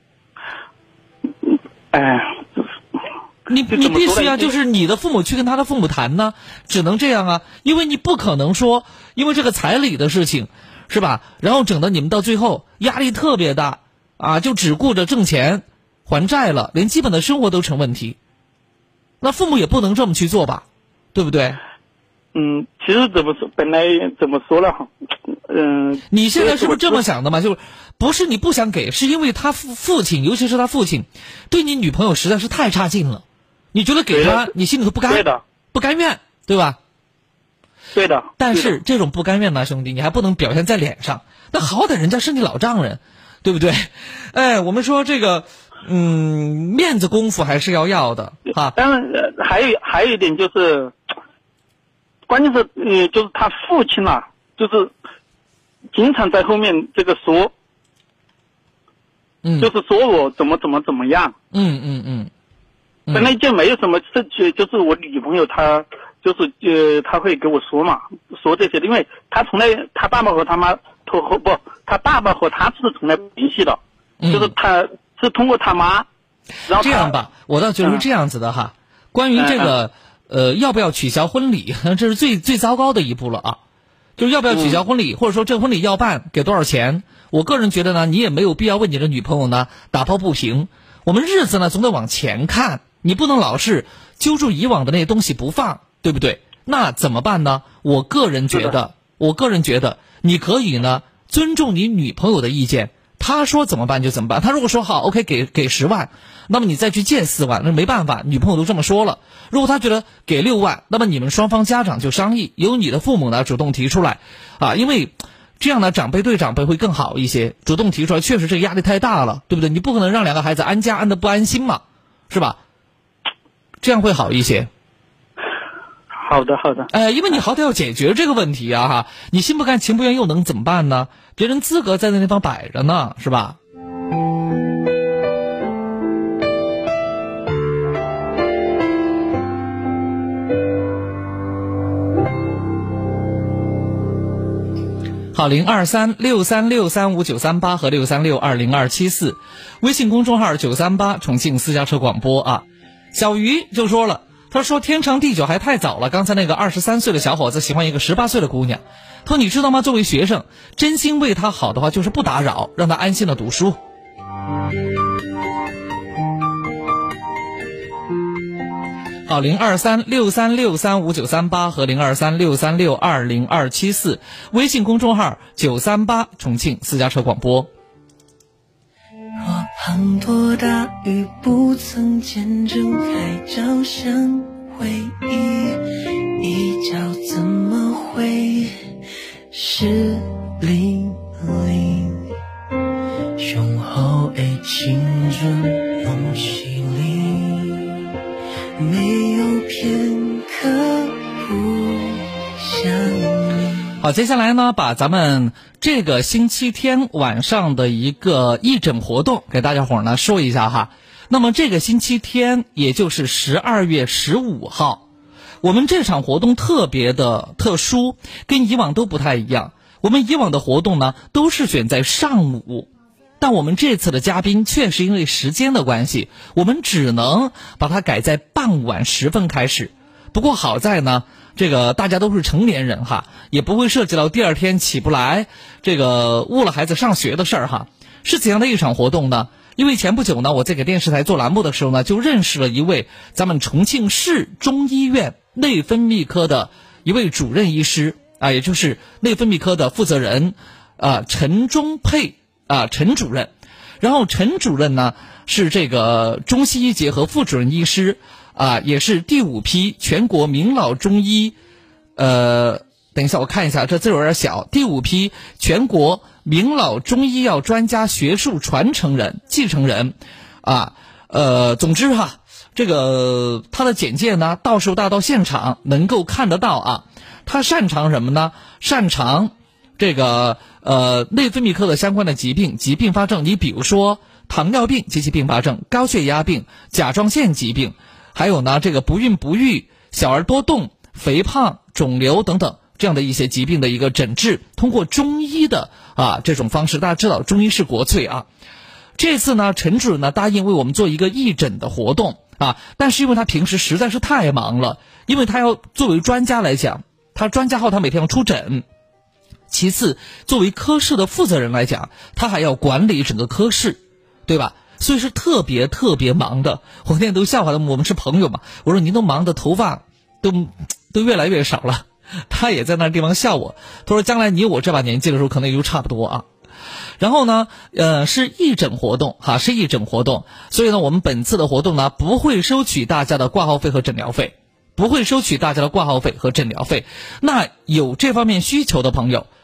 你必须要就是你的父母去跟他的父母谈呢，只能这样啊，因为你不可能说因为这个彩礼的事情，是吧？然后整得你们到最后压力特别大就只顾着挣钱还债了，连基本的生活都成问题。那父母也不能这么去做吧，对不对？ 其实本来怎么说呢？ 你现在是不是这么想的嘛？就是不是你不想给，是因为他父亲，尤其是他父亲，对你女朋友实在是太差劲了。你觉得给他，你心里头不甘愿，对吧？ 对的。 但是这种不甘愿呢，兄弟，你还不能表现在脸上。那好歹人家是你老丈人，对不对？我们说这个， 面子功夫还是要的啊。 当然，还有一点就是，关键是就是他父亲啊，就是经常在后面这个说，就是说我怎么样。本来就没有什么事情，就是我女朋友她就是她会给我说嘛，说这些，因为她从来她爸爸和他妈他爸爸和他是从来不联系的，就是他是通过他妈。然后这样吧，我倒觉得是这样子的哈。关于这个要不要取消婚礼，这是最糟糕的一步了啊。就是要不要取消婚礼，或者说这婚礼要办给多少钱？我个人觉得呢，你也没有必要为你的女朋友呢打抱不平。我们日子呢总得往前看，你不能老是揪住以往的那些东西不放，对不对？那怎么办呢？我个人觉得你可以呢尊重你女朋友的意见，她说怎么办就怎么办。她如果说好 OK 给10万，那么你再去借4万，那没办法，女朋友都这么说了。如果她觉得给6万，那么你们双方家长就商议，由你的父母呢主动提出来啊，因为这样呢长辈对长辈会更好一些，主动提出来，确实这个压力太大了，对不对？你不可能让2个孩子安家安得不安心嘛，是吧？这样会好一些。 好的。 因为你好歹要解决这个问题啊哈，你心不甘情不愿又能怎么办呢？别人资格在那地方摆着呢，是吧？好，0236363593和636202744，微信公众号938重庆私家车广播啊。小鱼就说了，他说天长地久还太早了，刚才那个23岁的小伙子喜欢一个18岁的姑娘，他说你知道吗？作为学生，真心为他好的话就是不打扰，让他安心的读书。好，0236363593和023636202744，微信公众号938重庆私家车广播。 若滂沱大雨不曾见证海角相会，一觉怎么会是淋漓？雄厚的青春梦醒里，没有片刻不想你。 好，接下来呢，把咱们这个星期天晚上的一个义诊活动给大家伙呢说一下哈。那么这个星期天，也就是12月15号，我们这场活动特别的特殊，跟以往都不太一样。我们以往的活动呢都是选在上午，但我们这次的嘉宾确实因为时间的关系，我们只能把它改在傍晚时分开始。不过好在呢，这个大家都是成年人哈，也不会涉及到第二天起不来，这个误了孩子上学的事儿哈。是怎样的一场活动呢？因为前不久呢，我在给电视台做栏目的时候呢，就认识了一位咱们重庆市中医院内分泌科的一位主任医师啊，也就是内分泌科的负责人陈忠佩陈主任。然后陈主任呢是这个中西医结合副主任医师也是第5批全国名老中医等一下我看一下，这字有点小，第5批全国名老中医药专家学术传承人继承人总之哈，这个他的简介呢，到时候大家到现场能够看得到啊。他擅长什么呢？擅长这个内分泌科的相关的疾病及并发症，你比如说糖尿病及其并发症、高血压病、甲状腺疾病，还有呢这个不孕不育、小儿多动、肥胖、肿瘤等等这样的一些疾病的一个诊治，通过中医的这种方式，大家知道中医是国粹啊。这次呢，陈主任呢答应为我们做一个义诊的活动但是因为他平时实在是太忙了，因为他要作为专家来讲，他专家号他每天要出诊。其次，作为科室的负责人来讲，他还要管理整个科室，对吧？所以是特别特别忙的。我那天都笑话他们，我们是朋友嘛，我说您都忙的头发都越来越少了。他也在那地方笑我，他说将来你我这把年纪的时候可能也就差不多啊。然后呢是义诊活动是义诊活动，所以呢我们本次的活动呢不会收取大家的挂号费和诊疗费，那有这方面需求的朋友，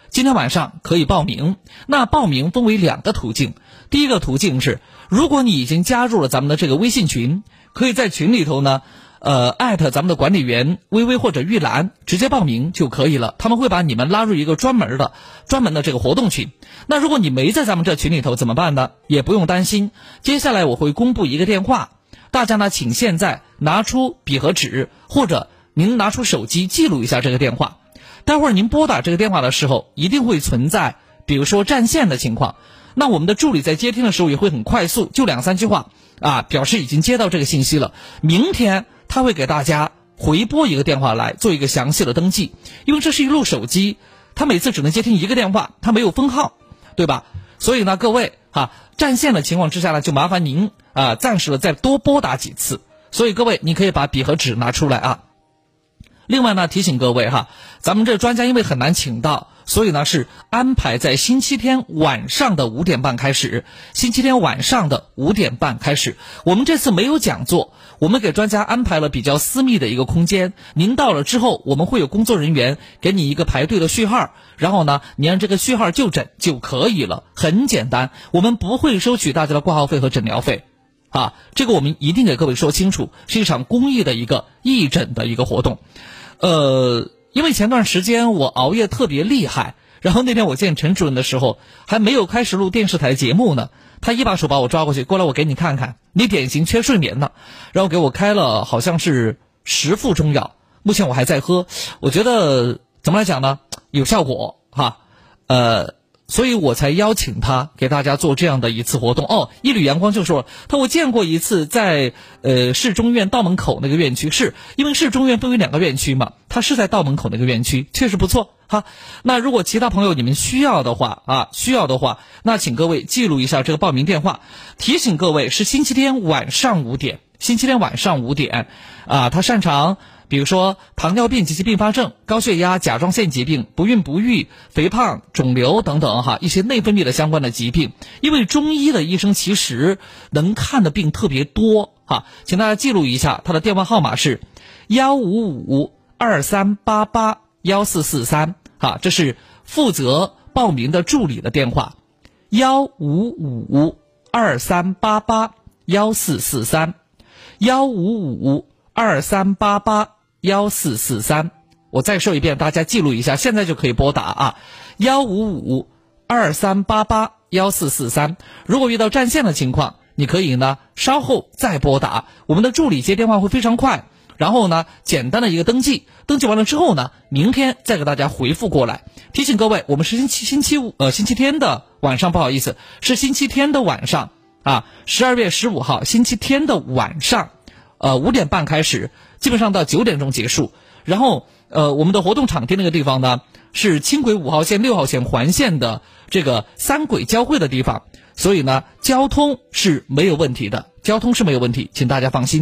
今天晚上可以报名。那报名分为2个途径，第一个途径是，如果你已经加入了咱们的这个微信群，可以在群里头呢艾特咱们的管理员微微或者玉兰，直接报名就可以了，他们会把你们拉入一个专门的这个活动群。那如果你没在咱们这群里头怎么办呢？也不用担心，接下来我会公布一个电话，大家呢请现在拿出笔和纸，或者您拿出手机记录一下这个电话。待会儿您拨打这个电话的时候，一定会存在比如说占线的情况，那我们的助理在接听的时候也会很快速，就2-3句话表示已经接到这个信息了。明天他会给大家回拨一个电话来做一个详细的登记，因为这是一路手机，他每次只能接听一个电话，他没有分号，对吧？所以呢，各位占线的情况之下呢，就麻烦您暂时的再多拨打几次。所以各位，你可以把笔和纸拿出来另外呢，提醒各位咱们这专家因为很难请到，所以呢是安排在星期天晚上的5点半开始。星期天晚上的5点半开始，我们这次没有讲座，我们给专家安排了比较私密的一个空间。您到了之后，我们会有工作人员给你一个排队的序号，然后呢，你按这个序号就诊就可以了，很简单。我们不会收取大家的挂号费和诊疗费这个我们一定给各位说清楚，是一场公益的一个义诊的一个活动。因为前段时间我熬夜特别厉害，然后那天我见陈主任的时候还没有开始录电视台节目呢，他一把手把我抓过去，过来我给你看看，你典型缺睡眠呢，然后给我开了好像是10副中药，目前我还在喝，我觉得怎么来讲呢，有效果所以我才邀请他给大家做这样的一次活动。一缕阳光就说了，我见过一次在市中院道门口那个院区，是因为市中院分为2个院区嘛，他是在道门口那个院区，确实不错那如果其他朋友你们需要的话，那请各位记录一下这个报名电话，提醒各位是星期天晚上5点，他擅长比如说糖尿病及其并发症、高血压、甲状腺疾病、不孕不育、肥胖、肿瘤等等一些内分泌的相关的疾病。因为中医的医生其实能看的病特别多请大家记录一下，他的电话号码是155-2388-1443这是负责报名的助理的电话，155-2388-1443 155-2388-1443。我再说一遍，大家记录一下，现在就可以拨打155-2388-1443。如果遇到占线的情况，你可以呢稍后再拨打，我们的助理接电话会非常快，然后呢简单的一个登记完了之后呢，明天再给大家回复过来。提醒各位，我们是星期天的晚上，不好意思，是星期天的晚上12月15号星期天的晚上5点半开始，基本上到9点钟结束。然后我们的活动场地那个地方呢，是轻轨5号线、6号线环线的这个3轨交汇的地方，所以呢交通是没有问题的，请大家放心。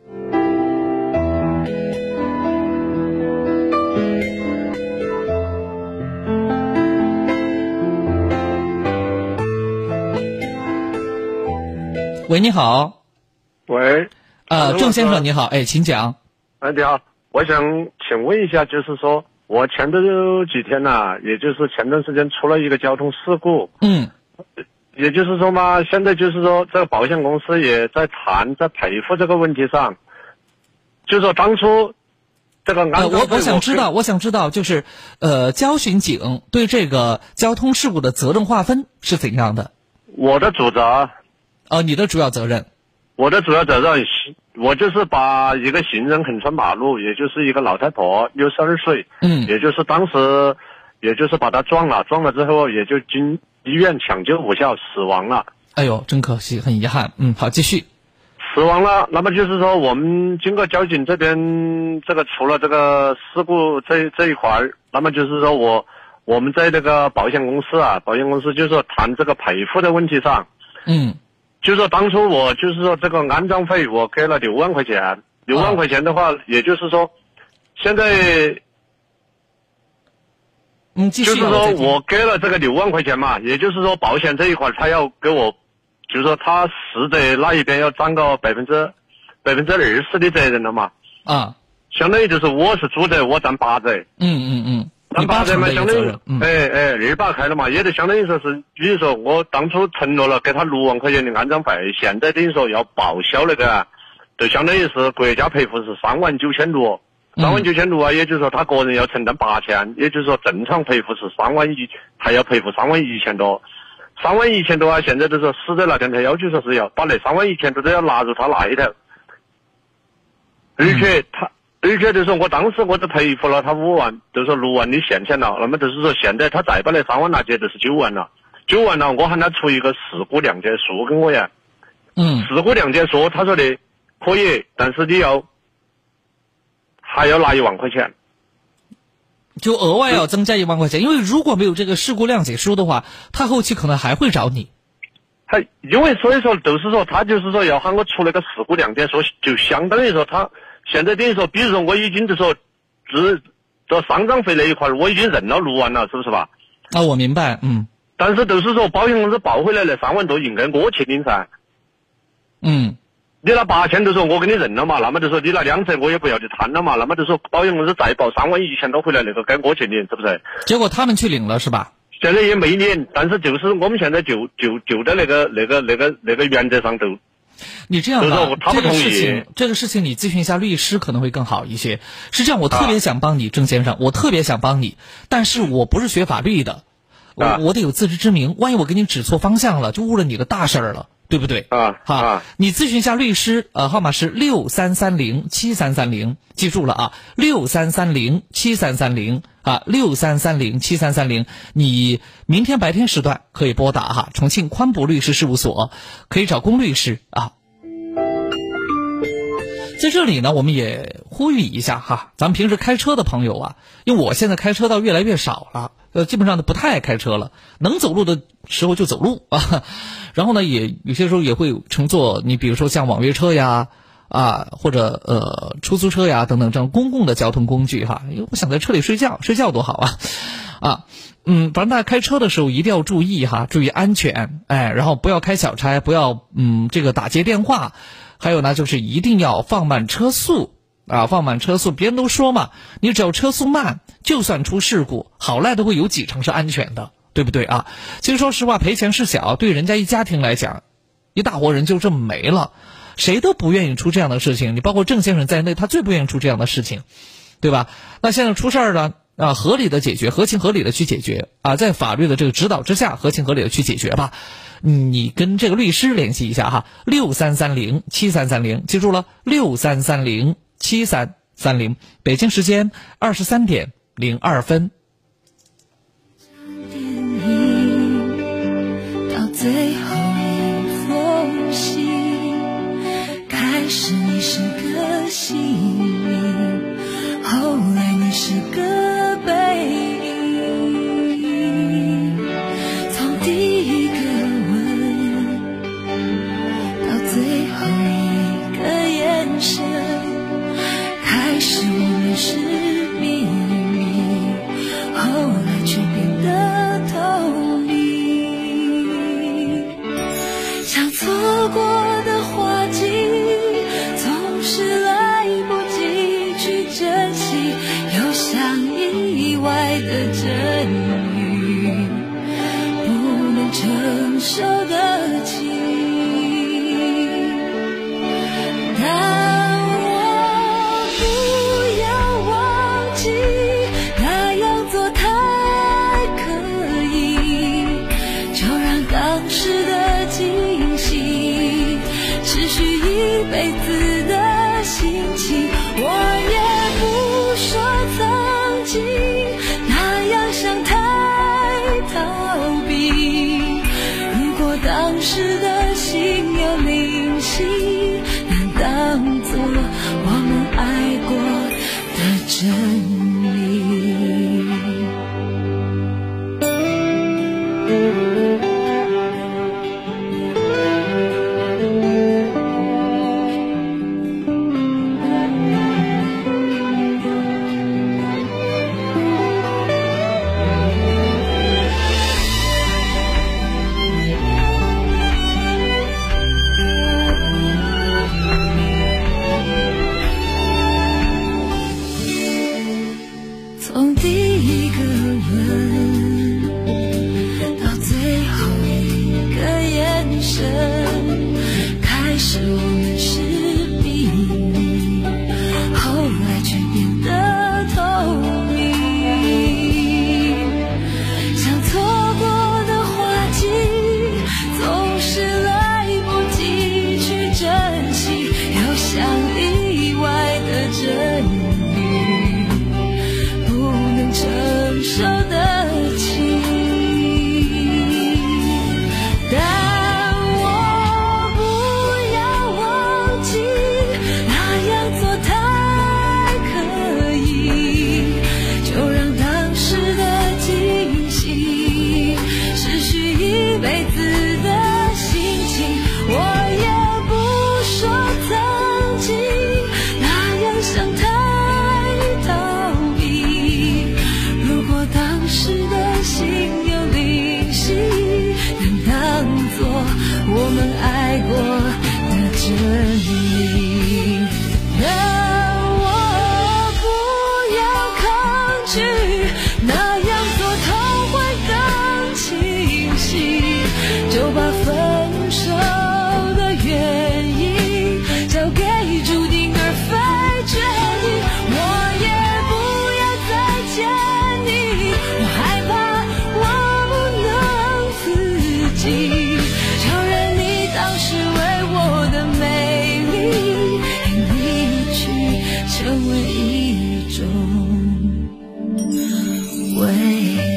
喂，你好。 喂。 郑先生你好，请讲。 你好，我想请问一下，就是说我前头几天也就是前段时间出了一个交通事故。也就是说嘛，现在就是说这个保险公司也在谈在赔付这个问题上，就是说当初这个我想知道就是交巡警对这个交通事故的责任划分是怎样的？ 我的主责。 你的主要责任？ 我的主要责任，我就是把一个行人横穿马路，也就是一个老太婆62岁，也就是当时也就是把她撞了之后，也就经医院抢救无效死亡了。 哎呦，真可惜，很遗憾。好，继续。 死亡了，那么就是说我们经过交警这边这个除了这个事故这一块，那么就是说我们在这个保险公司就是说谈这个赔付的问题上，就是说当初我就是说这个安葬费我给了6万块钱，6万块钱的话，也就是说现在就是说我给了这个6万块钱嘛，也就是说保险这一块他要给我，就是说他死者那一边要占个20%的责任了嘛。相当于就是我是主责，我占8责。 3把的嘛，相当于2把开了嘛，也就相当于说是，比如说我当初承诺了给他6万块钱的安装费，现在等于说要报销那个，就相当于是国家赔付是39600，39600啊，也就是说他个人要承担8000，也就是说正常赔付是3万1，还要赔付31000多，3万1000多啊，现在都说死在那天，他要求说是要把那3万1000多都要纳入他那一头，而且就是说我当时我都赔付了他5万，就是说6万的现钱了，那么就是说现在他再把那3万拿去就是9万了，9万了，我喊他出一个事故谅解书跟我呀，事故谅解书他说的可以，但是你还要拿1万块钱， 就额外要增加1万块钱，因为如果没有这个事故谅解书的话，他后期可能还会找你。 因为所以说就是说他就是说要喊我出那个事故谅解书，就相当于说他现在等于说，比如说我已经就说这丧葬费那一块我已经认了6万了，是不是吧？ 啊，我明白， 但是就是说保险公司报回来那3万多应该我去领噻。你那8000就说我给你认了嘛，那么就说你那2折我也不要去摊了嘛，那么就说保险公司再报3万1000多回来，那个该我去领，是不是？ 结果他们去领了是吧？ 现在也没领，但是就是我们现在就在那个原则上都。 你这样吧， 他不同意这个事情你咨询一下律师可能会更好一些。是这样，我特别想帮你，郑先生，我特别想帮你，但是我不是学法律的，我得有自知之明，万一我给你指错方向了，就误了你的大事了。对不对？你咨询一下律师，号码是63307330，记住了啊，63307330啊，63307330。你明天白天时段可以拨打重庆宽博律师事务所，可以找龚律师啊。在这里呢，我们也呼吁一下咱们平时开车的朋友啊，因为我现在开车道越来越少了，基本上都不太爱开车了，能走路的时候就走路啊。然后呢，也有些时候也会乘坐你比如说像网约车呀或者出租车呀等等这样公共的交通工具因为我想在车里睡觉多好反正大家开车的时候一定要注意注意安全，然后不要开小差，不要这个打接电话，还有呢就是一定要放慢车速放慢车速。别人都说嘛，你只要车速慢，就算出事故，好赖都会有几成是安全的，对不对啊？其实说实话，赔钱事小，对人家一家庭来讲，一大伙人就这么没了，谁都不愿意出这样的事情，你包括郑先生在内，他最不愿意出这样的事情，对吧？那现在出事儿了合理的解决，合情合理的去解决在法律的这个指导之下，合情合理的去解决吧。你跟这个律师联系一下63307330，记住了63307330，北京时间23:02。 到最后一封信，开始你是个姓名，后来你是个背影，从第一个吻到最后一个眼神，开始我们是秘密，后来却变得透明，像错过的花季，总是来不及去珍惜，又像意外的阵雨，不能承受得起。但我不要忘记，那样做太可以，就让当时的惊喜持续一辈子的心情。我也不说曾经那样想太逃避，如果当时的心有灵犀，能当作我们爱过的真理。从第一个们爱过的真理，让我不要抗拒，那样做头会更清晰，就把分手的原因交给注定而非决定，我也不要再见你，我害怕我不能自己承认你当时为我的美丽，因离去成为一种回忆。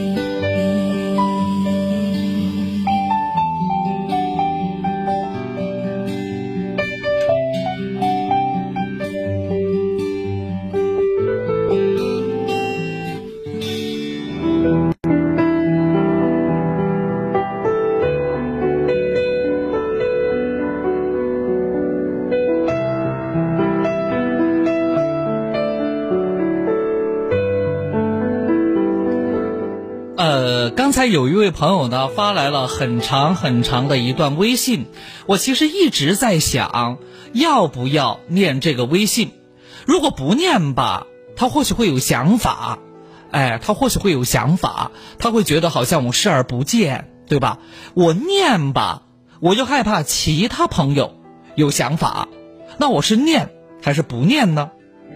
刚才有一位朋友呢发来了很长很长的一段微信，我其实一直在想要不要念这个微信。如果不念吧，他或许会有想法，他或许会有想法，他会觉得好像我视而不见，对吧？我念吧，我就害怕其他朋友有想法，那我是念还是不念呢？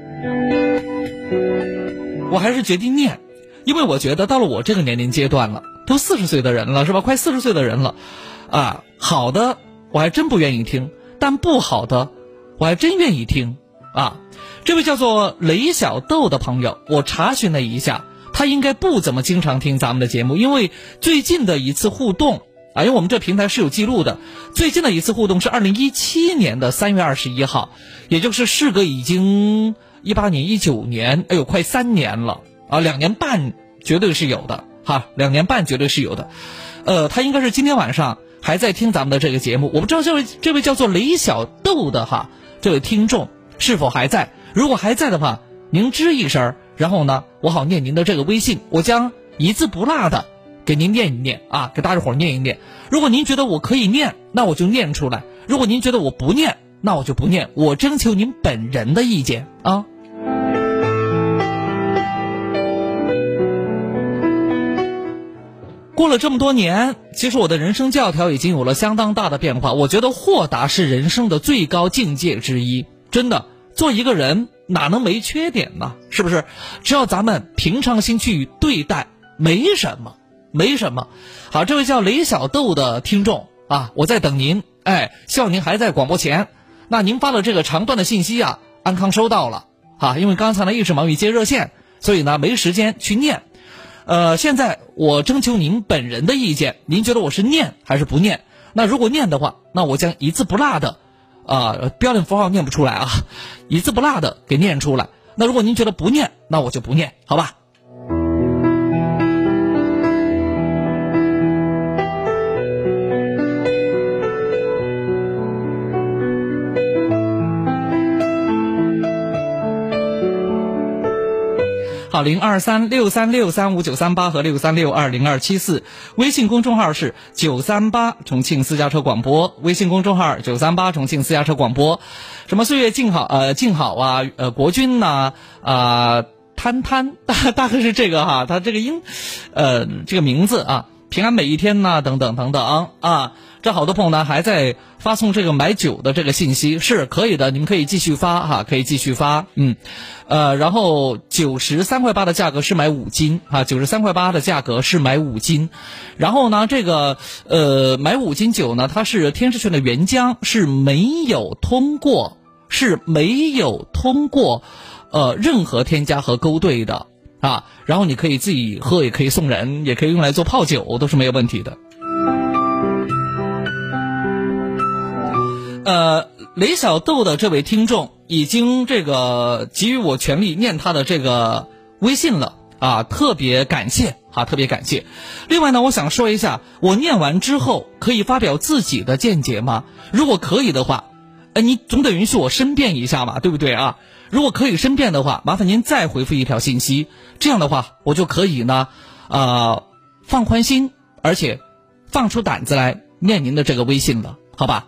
我还是决定念。因为我觉得到了我这个年龄阶段了，都40岁的人了，是吧？快40岁的人了，好的我还真不愿意听，但不好的我还真愿意听啊。这位叫做雷小豆的朋友，我查询了一下，他应该不怎么经常听咱们的节目，因为最近的一次互动因为我们这平台是有记录的，最近的一次互动是2017年的3月21号，也就是事隔已经18年、19年，快3年了。2年半绝对是有的哈，2年半绝对是有的。他应该是今天晚上还在听咱们的这个节目，我不知道这位叫做雷小豆的这位听众是否还在。如果还在的话，您吱一声，然后呢，我好念您的这个微信，我将一字不落的给您念一念给大家伙念一念。如果您觉得我可以念，那我就念出来；如果您觉得我不念，那我就不念。我征求您本人的意见啊。过了这么多年，其实我的人生教条已经有了相当大的变化。我觉得豁达是人生的最高境界之一，真的，做一个人哪能没缺点呢？是不是？只要咱们平常心去对待，没什么。好，这位叫雷小豆的听众我在等您，希望您还在广播前。那您发了这个长段的信息安康收到了因为刚才呢一直忙于接热线，所以呢没时间去念。现在我征求您本人的意见，您觉得我是念还是不念？那如果念的话，那我将一字不落的标点符号念不出来一字不落的给念出来。那如果您觉得不念，那我就不念，好吧？好，0236363598和63620274，微信公众号是938重庆私家车广播，微信公众号938重庆私家车广播。什么岁月静好国军摊大概是这个他这个这个名字平安每一天等等这好多朋友呢还在发送这个买酒的这个信息，是可以的，你们可以继续发可以继续发。然后93块8的价格是买5斤93块8的价格是买5斤。然后呢这个买5斤酒呢，它是天士泉的原浆，是没有通过任何添加和勾兑的然后你可以自己喝，也可以送人，也可以用来做泡酒，都是没有问题的。雷小豆的这位听众已经给予我全力念他的这个微信了特别感谢特别感谢。另外呢，我想说一下，我念完之后可以发表自己的见解吗？如果可以的话，你总得允许我申辩一下嘛，对不对如果可以申辩的话，麻烦您再回复一条信息，这样的话我就可以呢放宽心，而且放出胆子来念您的这个微信了，好吧？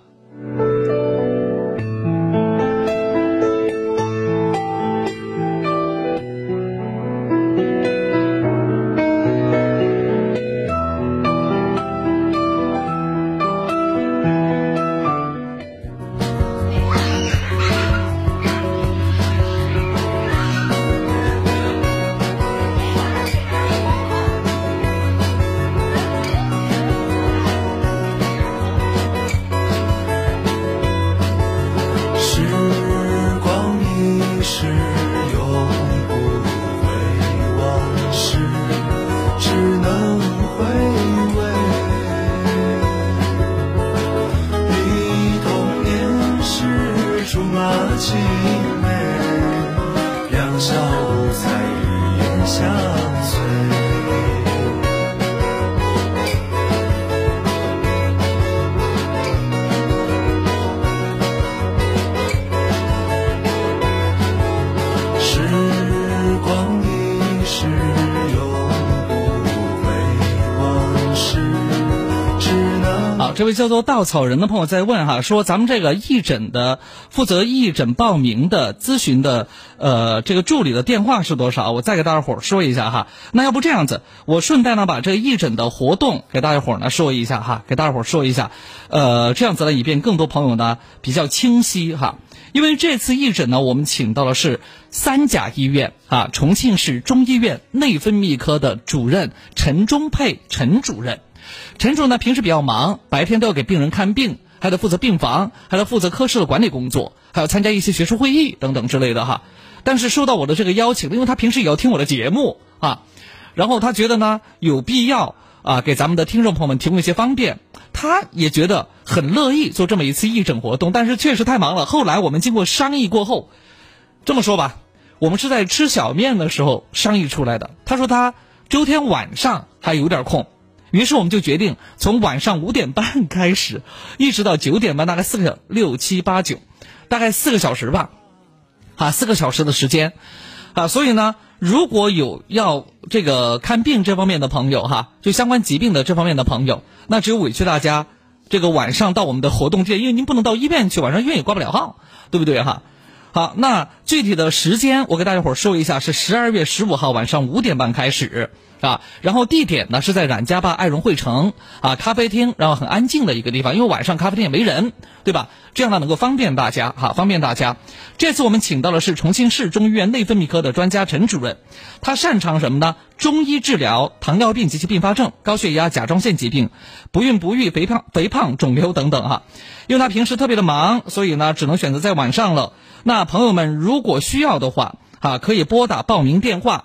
这位叫做稻草人的朋友在问哈，说咱们这个义诊的负责义诊报名的咨询的这个助理的电话是多少？我再给大家伙儿说一下哈。那要不这样子，我顺带呢把这个义诊的活动给大家伙儿呢说一下哈，给大家伙儿说一下，这样子呢以便更多朋友呢比较清晰哈。因为这次义诊呢，我们请到的是三甲医院啊，重庆市中医院内分泌科的主任陈忠佩陈主任。陈主任呢平时比较忙，白天都要给病人看病，还得负责病房，还得负责科室的管理工作，还要参加一些学术会议等等之类的哈。但是收到我的这个邀请，因为他平时也要听我的节目啊，然后他觉得呢有必要啊给咱们的听众朋友们提供一些方便，他也觉得很乐意做这么一次义诊活动，但是确实太忙了。后来我们经过商议过后，这么说吧，我们是在吃小面的时候商议出来的。他说他周天晚上还有点空，于是我们就决定从晚上5点半开始，一直到9点半，大概6、7、8、9，大概4个小时吧，啊，4个小时的时间，啊，所以呢，如果有要这个看病这方面的朋友哈，就相关疾病的这方面的朋友，那只有委屈大家这个晚上到我们的活动店，因为您不能到医院去，晚上医院也挂不了号，对不对哈？好，那具体的时间我给大家伙儿说一下，是12月15号晚上5点半开始啊，然后地点呢是在冉家坝爱荣汇城啊咖啡厅，然后很安静的一个地方，因为晚上咖啡厅也没人，对吧？这样呢能够方便大家哈，方便大家。这次我们请到的是重庆市中医院内分泌科的专家陈主任，他擅长什么呢？中医治疗糖尿病及其并发症、高血压、甲状腺疾病、不孕不育、肥胖、肿瘤等等哈。因为他平时特别的忙，所以呢只能选择在晚上了。那朋友们如果需要的话啊，可以拨打报名电话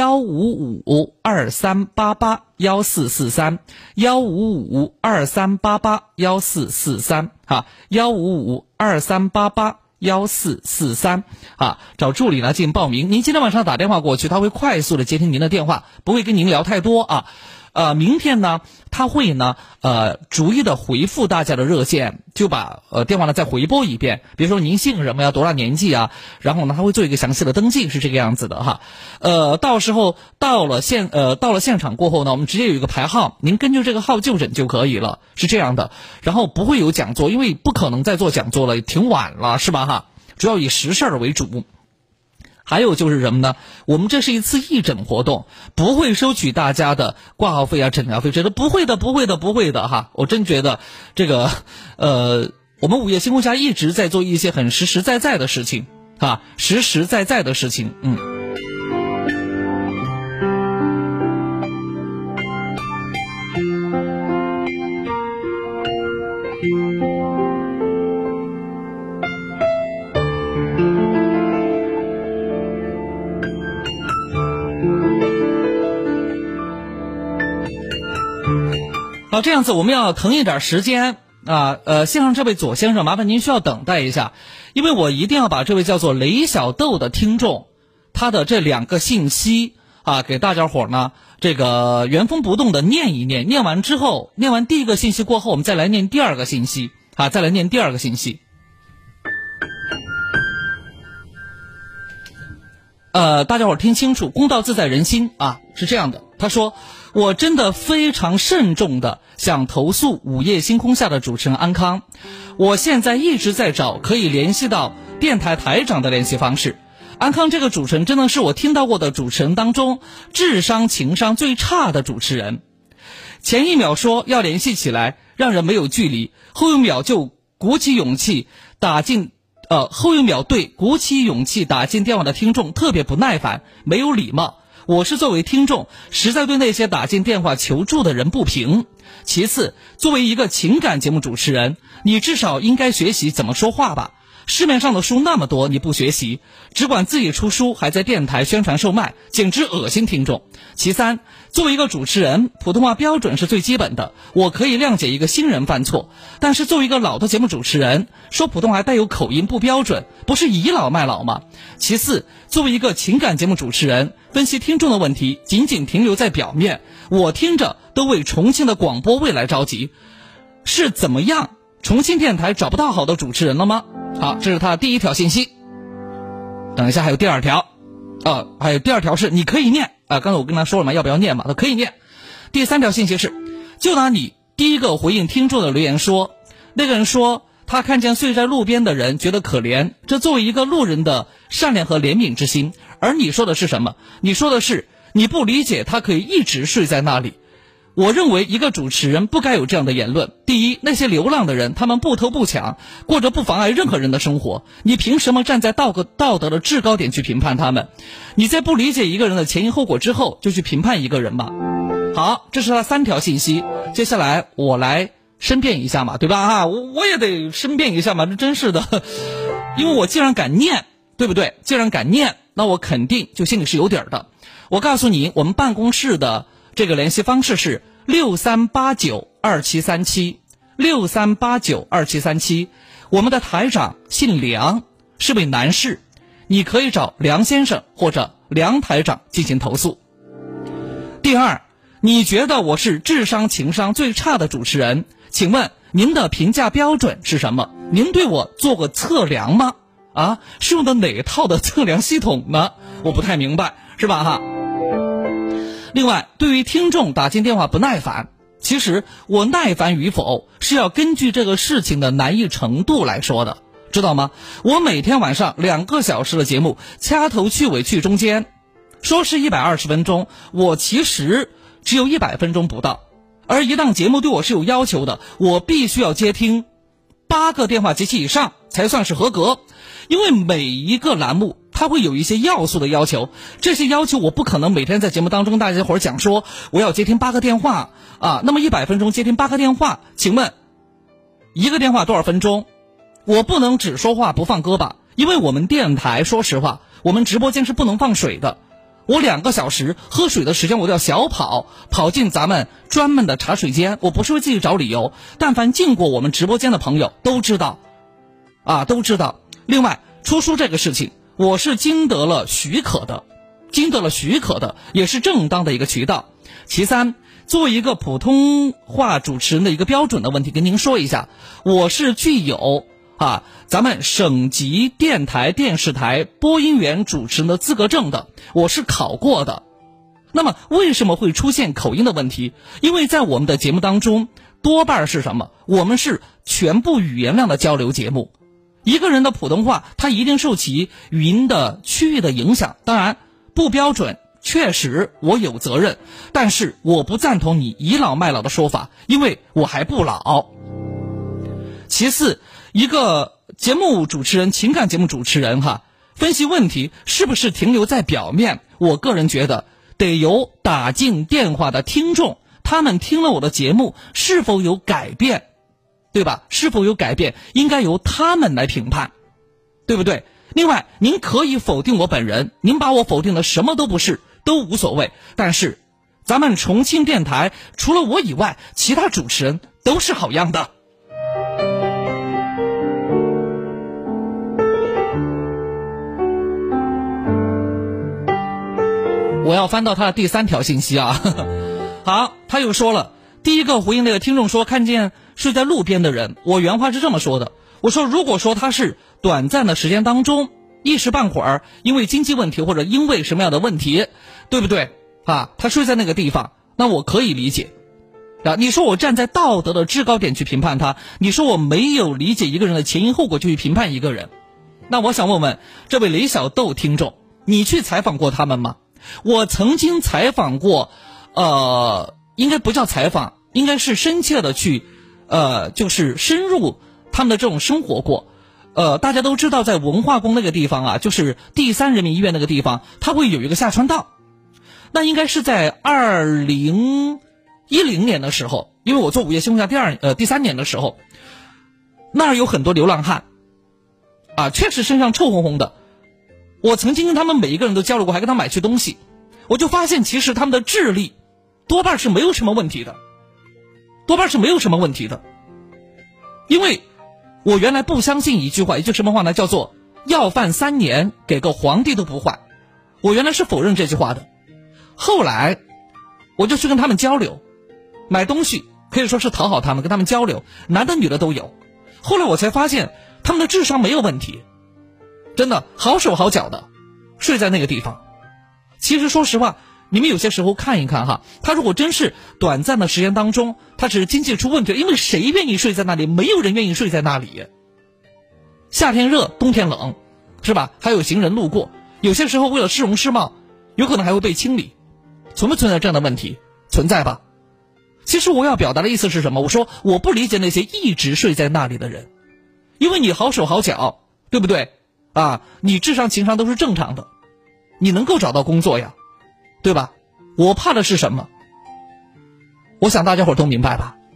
15523881443 15523881443啊15523881443啊，找助理来进行报名。您今天晚上打电话过去，他会快速的接听您的电话，不会跟您聊太多啊。明天呢，他会呢逐一的回复大家的热线，就把电话呢再回拨一遍，比如说您姓什么呀，多大年纪啊，然后呢他会做一个详细的登记，是这个样子的哈。到时候到了现场过后呢，我们直接有一个排号，您根据这个号就诊就可以了，是这样的。然后不会有讲座，因为不可能再做讲座了，挺晚了是吧哈？主要以实事儿为主。还有就是什么呢？我们这是一次义诊活动，不会收取大家的挂号费啊、诊疗费，这都不会的哈！我真觉得这个，我们午夜星空下一直在做一些很实实在在的事情啊，实实在在的事情，好，这样子我们要腾一点时间啊，线上这位左先生，麻烦您需要等待一下，因为我一定要把这位叫做雷小豆的听众，他的这2个信息啊，给大家伙呢这个原封不动的念一念，念完之后，念完第一个信息过后，我们再来念第2个信息啊，再来念第2个信息。大家伙听清楚，公道自在人心啊，是这样的。他说， 我真的非常慎重的想投诉午夜星空下的主持人安康，我现在一直在找可以联系到电台台长的联系方式。安康这个主持人真的是我听到过的主持人当中智商情商最差的主持人。前一秒说要联系起来让人没有距离，后一秒就鼓起勇气打进电话的听众特别不耐烦，没有礼貌。我是作为听众，实在对那些打进电话求助的人不平。其次，作为一个情感节目主持人，你至少应该学习怎么说话吧。市面上的书那么多，你不学习，只管自己出书，还在电台宣传售卖，简直恶心听众。其三，作为一个主持人，普通话标准是最基本的，我可以谅解一个新人犯错，但是作为一个老的节目主持人，说普通话带有口音不标准，不是倚老卖老吗？其四，作为一个情感节目主持人，分析听众的问题仅仅停留在表面，我听着都为重庆的广播未来着急。是怎么样？重庆电台找不到好的主持人了吗？好，这是他的第一条信息。等一下还有第二条，还有第二条是你可以念刚才我跟他说了嘛，要不要念嘛？他可以念。第三条信息是，就拿你第一个回应听众的留言说，那个人说他看见睡在路边的人觉得可怜，这作为一个路人的善良和怜悯之心。而你说的是什么？你说的是你不理解他可以一直睡在那里。我认为一个主持人不该有这样的言论。第一，那些流浪的人，他们不偷不抢，过着不妨碍任何人的生活，你凭什么站在道德的制高点去评判他们？你在不理解一个人的前因后果之后就去评判一个人吗？好，这是他三条信息。接下来我来申辩一下嘛，对吧？我也得申辩一下嘛，这真是的。因为我既然敢念，对不对？既然敢念，那我肯定就心里是有底儿的。我告诉你，我们办公室的这个联系方式是63892737，63892737。我们的台长姓梁，是位男士，你可以找梁先生或者梁台长进行投诉。第二，你觉得我是智商情商最差的主持人，请问您的评价标准是什么？您对我做过测量吗？是用的哪套的测量系统呢？我不太明白，是吧另外，对于听众打进电话不耐烦，其实我耐烦与否是要根据这个事情的难易程度来说的，知道吗？我每天晚上2个小时的节目，掐头去尾去中间，说是120分钟，我其实只有100分钟不到。而一档节目对我是有要求的，我必须要接听8个电话机器以上才算是合格，因为每一个栏目它会有一些要素的要求，这些要求我不可能每天在节目当中大家伙讲说我要接听8个电话那么100分钟接听8个电话，请问一个电话多少分钟？我不能只说话不放歌吧，因为我们电台说实话，我们直播间是不能放水的。我2个小时喝水的时间我都要小跑进咱们专门的茶水间，我不是为自己找理由，但凡进过我们直播间的朋友都知道都知道。另外，出书这个事情我是经得了许可的，也是正当的一个渠道。其三，作为一个普通话主持人的一个标准的问题跟您说一下，我是具有咱们省级电台电视台播音员主持人的资格证的，我是考过的。那么为什么会出现口音的问题？因为在我们的节目当中多半是什么？我们是全部语言量的交流节目，一个人的普通话它一定受其语音的区域的影响，当然不标准确实我有责任，但是我不赞同你倚老卖老的说法，因为我还不老。其次，一个节目主持人，情感节目主持人分析问题是不是停留在表面，我个人觉得得由打进电话的听众，他们听了我的节目是否有改变，对吧？是否有改变应该由他们来评判，对不对？另外，您可以否定我本人，您把我否定的什么都不是都无所谓，但是咱们重庆电台除了我以外，其他主持人都是好样的。我要翻到他的第3条信息好，他又说了，第一个回应那个听众说看见睡在路边的人，我原话是这么说的，我说如果说他是短暂的时间当中一时半会儿因为经济问题或者因为什么样的问题，对不对他睡在那个地方那我可以理解。你说我站在道德的制高点去评判他，你说我没有理解一个人的前因后果就去评判一个人，那我想问问这位雷小豆听众，你去采访过他们吗？我曾经采访过，应该不叫采访，应该是深切的去，就是深入他们的这种生活过。大家都知道，在文化宫那个地方啊，就是第3人民医院那个地方，它会有一个下川道。那应该是在2010年的时候，因为我做午夜星空下第3年的时候，那儿有很多流浪汉，确实身上臭烘烘的。我曾经跟他们每一个人都交流过，还跟他们买去东西，我就发现其实他们的智力多半是没有什么问题的，因为我原来不相信一句话，一句什么话呢？叫做要饭3年给个皇帝都不换。我原来是否认这句话的。后来我就去跟他们交流，买东西可以说是讨好他们，跟他们交流，男的女的都有。后来我才发现他们的智商没有问题，真的好手好脚的睡在那个地方。其实说实话，你们有些时候看一看哈，他如果真是短暂的时间当中，他只是经济出问题，因为谁愿意睡在那里？没有人愿意睡在那里。夏天热，冬天冷，是吧？还有行人路过，有些时候为了市容市貌，有可能还会被清理。存不存在这样的问题？存在吧。其实我要表达的意思是什么？我说我不理解那些一直睡在那里的人，因为你好手好脚，对不对？你智商情商都是正常的，你能够找到工作呀，对吧？我怕的是什么？我想大家伙都明白吧。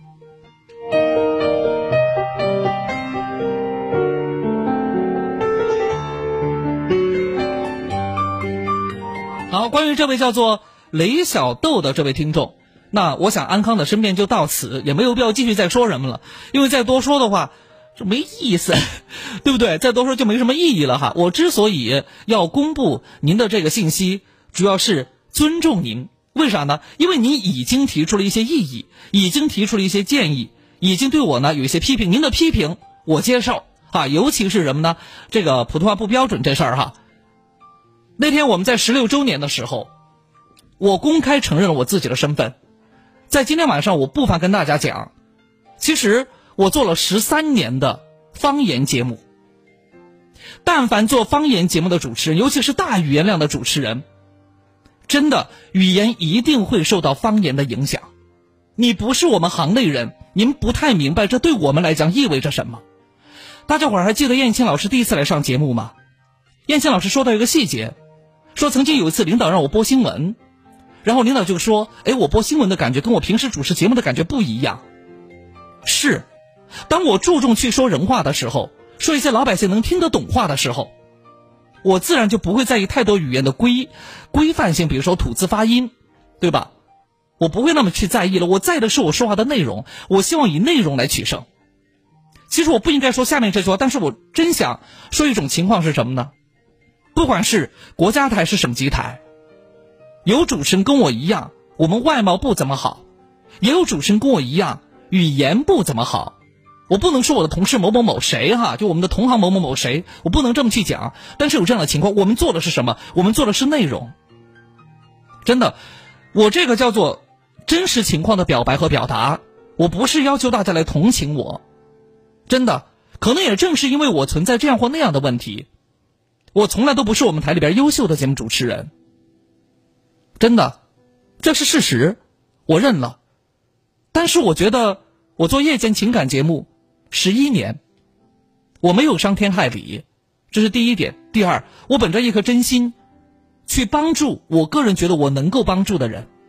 好，关于这位叫做雷小豆的这位听众，那我想安康的申辩就到此，也没有必要继续再说什么了，因为再多说的话就没意思，对不对？再多说就没什么意义了哈。我之所以要公布您的这个信息，主要是尊重您。为啥呢？因为您已经提出了一些异议，已经提出了一些建议，已经对我呢有一些批评。您的批评我接受尤其是什么呢？这个普通话不标准这事儿哈。那天我们在16周年的时候，我公开承认了我自己的身份。在今天晚上，我不妨跟大家讲，其实我做了13年的方言节目。但凡做方言节目的主持人，尤其是大语言量的主持人，真的语言一定会受到方言的影响。你不是我们行内人，您不太明白这对我们来讲意味着什么。大家伙儿还记得燕青老师第一次来上节目吗？燕青老师说到一个细节，说曾经有一次领导让我播新闻，然后领导就说，我播新闻的感觉跟我平时主持节目的感觉不一样。是，当我注重去说人话的时候，说一些老百姓能听得懂话的时候，我自然就不会在意太多语言的规范性，比如说吐字发音，对吧？我不会那么去在意了，我在意的是我说话的内容，我希望以内容来取胜。其实我不应该说下面这句话，但是我真想说一种情况是什么呢？不管是国家台是省级台，有主持人跟我一样，我们外貌不怎么好，也有主持人跟我一样，语言不怎么好。我不能说我的同事某某某谁就我们的同行某某某谁，我不能这么去讲。但是有这样的情况，我们做的是什么？我们做的是内容。真的，我这个叫做真实情况的表白和表达，我不是要求大家来同情我。真的，可能也正是因为我存在这样或那样的问题，我从来都不是我们台里边优秀的节目主持人。真的，这是事实，我认了。但是我觉得我做夜间情感节目11年，我没有伤天害理，这是第一点。第二，我本着一颗真心去帮助我个人觉得我能够帮助的人。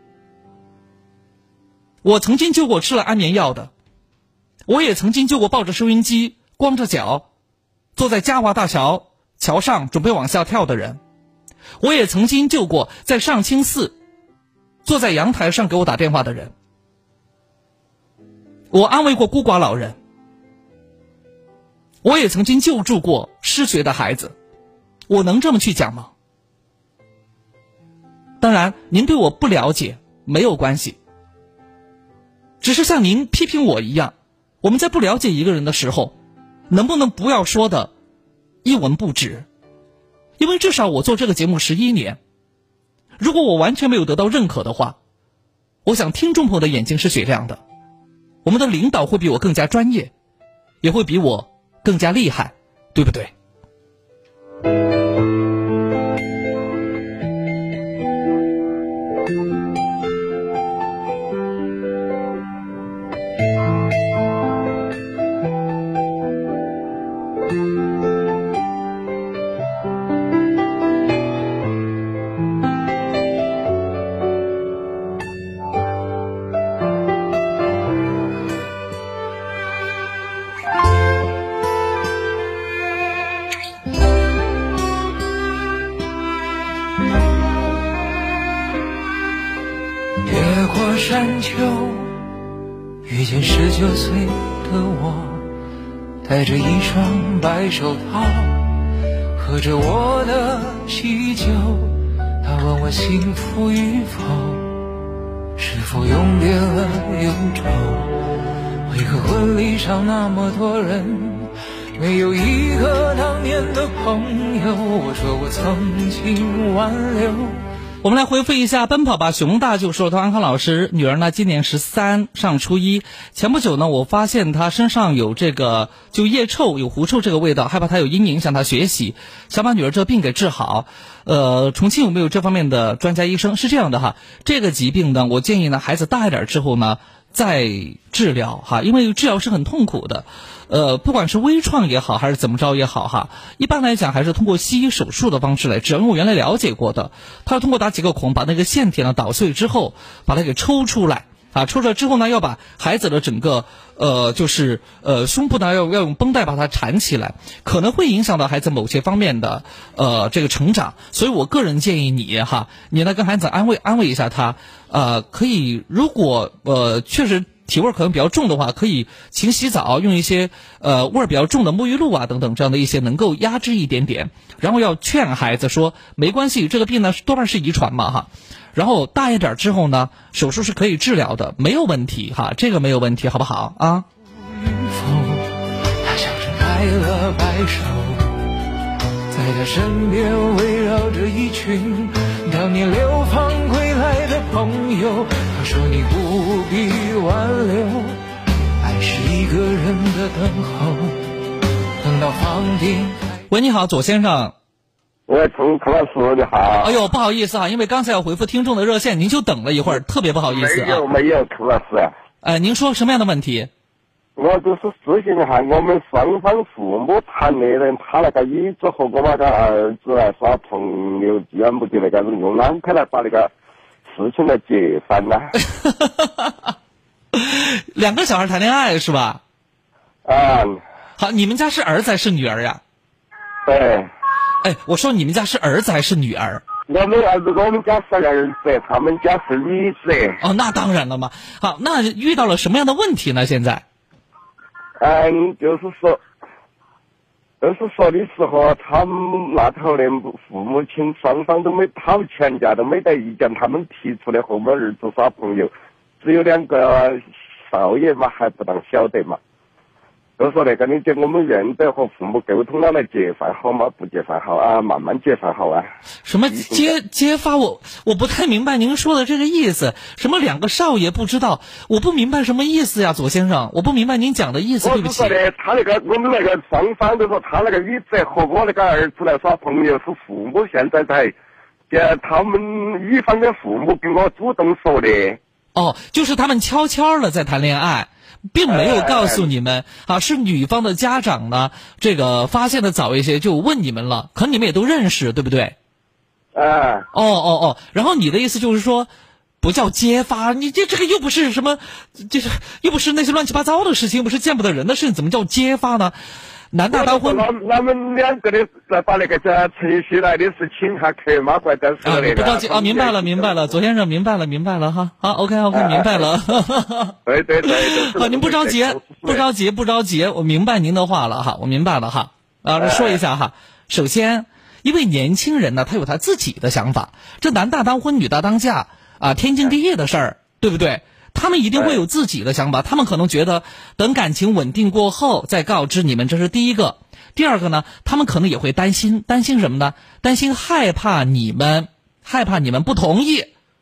我曾经救过吃了安眠药的，我也曾经救过抱着收音机光着脚坐在嘉华大桥上准备往下跳的人，我也曾经救过在上清寺坐在阳台上给我打电话的人，我安慰过孤寡老人，我也曾经救助过失学的孩子。我能这么去讲吗？当然您对我不了解没有关系，只是像您批评我一样，我们在不了解一个人的时候，能不能不要说的一文不值？因为至少我做这个节目11年，如果我完全没有得到认可的话， 我想听众朋友的眼睛是雪亮的，我们的领导会比我更加专业，也会比我更加厉害，对不对？ 越过山丘，遇见19岁的我，戴着一双白手套，喝着我的喜酒。他问我幸福与否，是否永别了忧愁？为何婚礼上那么多人，没有一个当年的朋友？我说我曾经挽留。 我们来回复一下奔跑吧熊大就说，他安康老师女儿呢今年13上初1，前不久呢我发现她身上有这个就腋臭有狐臭这个味道，害怕她有阴影响她学习，想把女儿这病给治好。重庆有没有这方面的专家医生？是这样的哈，这个疾病呢我建议呢孩子大一点之后呢再治疗哈，因为治疗是很痛苦的。不管是微创也好还是怎么着也好哈，一般来讲还是通过西医手术的方式来治疗，因为我原来了解过的，他要通过打几个孔把那个腺体呢捣碎之后把它给抽出来啊，抽出来之后呢要把孩子的整个胸部呢要用绷带把它缠起来，可能会影响到孩子某些方面的这个成长，所以我个人建议你哈，你呢跟孩子安慰一下他，可以如果确实体味可能比较重的话，可以勤洗澡，用一些味儿比较重的沐浴露啊等等这样的一些能够压制一点点，然后要劝孩子说没关系，这个病呢多半是遗传嘛哈，然后大一点之后呢手术是可以治疗的，没有问题哈，这个没有问题，好不好啊？ 他像是开了白手，在他身边围绕着一群当年流放归来的朋友。他说你不必挽留，爱是一个人的等候，等到房顶。 喂，你好，左先生。 喂，孔老师你好。 哎呦，不好意思啊，因为刚才要回复听众的热线，您就等了一会儿，特别不好意思啊。 没有，孔老师。 您说什么样的问题？ 我就是咨询一下，我们双方父母谈恋人，他那个椅子和我那个儿子来耍朋友，愿不得那个用啷个来把那个事情来解散呢？ 两个小孩谈恋爱是吧？好，你们家是儿子还是女儿呀？ 对。 哎，我说你们家是儿子还是女儿？ 我们家是儿子，他们家是女子。 哦，那当然了嘛。好，那遇到了什么样的问题呢？现在？ 就是说的时候，他们那头的父母亲双方都没讨钱价，都没得意见，他们提出的和我们儿子耍朋友，只有2个少爷嘛还不当晓得嘛。就说那个你我们愿得和父母沟通了来解散好吗？不解散好啊，慢慢解散好啊。 什么揭发我不太明白您说的这个意思。什么2个少爷不知道，我不明白什么意思呀，左先生，我不明白您讲的意思，对不起。 我是说的，他那个我们那个双方都说他那个女子和我那个儿子来耍朋友，是父母现在在，他们女方的父母跟我主动说的。 哦，就是他们悄悄的在谈恋爱。并没有告诉你们啊，是女方的家长呢，这个发现的早一些就问你们了，可能你们也都认识，对不对？然后你的意思就是说，不叫揭发，你这个又不是什么，又不是那些乱七八糟的事情，不是见不得人的事情，怎么叫揭发呢？男大当婚， 他们2个的把那个程序来的是请下客嘛，或者是你不着急啊，明白了，左先生明白了哈，好 ，OK， 明白了。 对， 好，您不着急，我明白您的话了哈，我明白了哈。说一下哈，首先，因为年轻人呢，他有他自己的想法，这男大当婚，女大当嫁啊，天经地义的事儿，对不对？他们一定会有自己的想法，他们可能觉得等感情稳定过后再告知你们，这是第一个。第二个呢，他们可能也会担心什么呢？担心害怕你们不同意，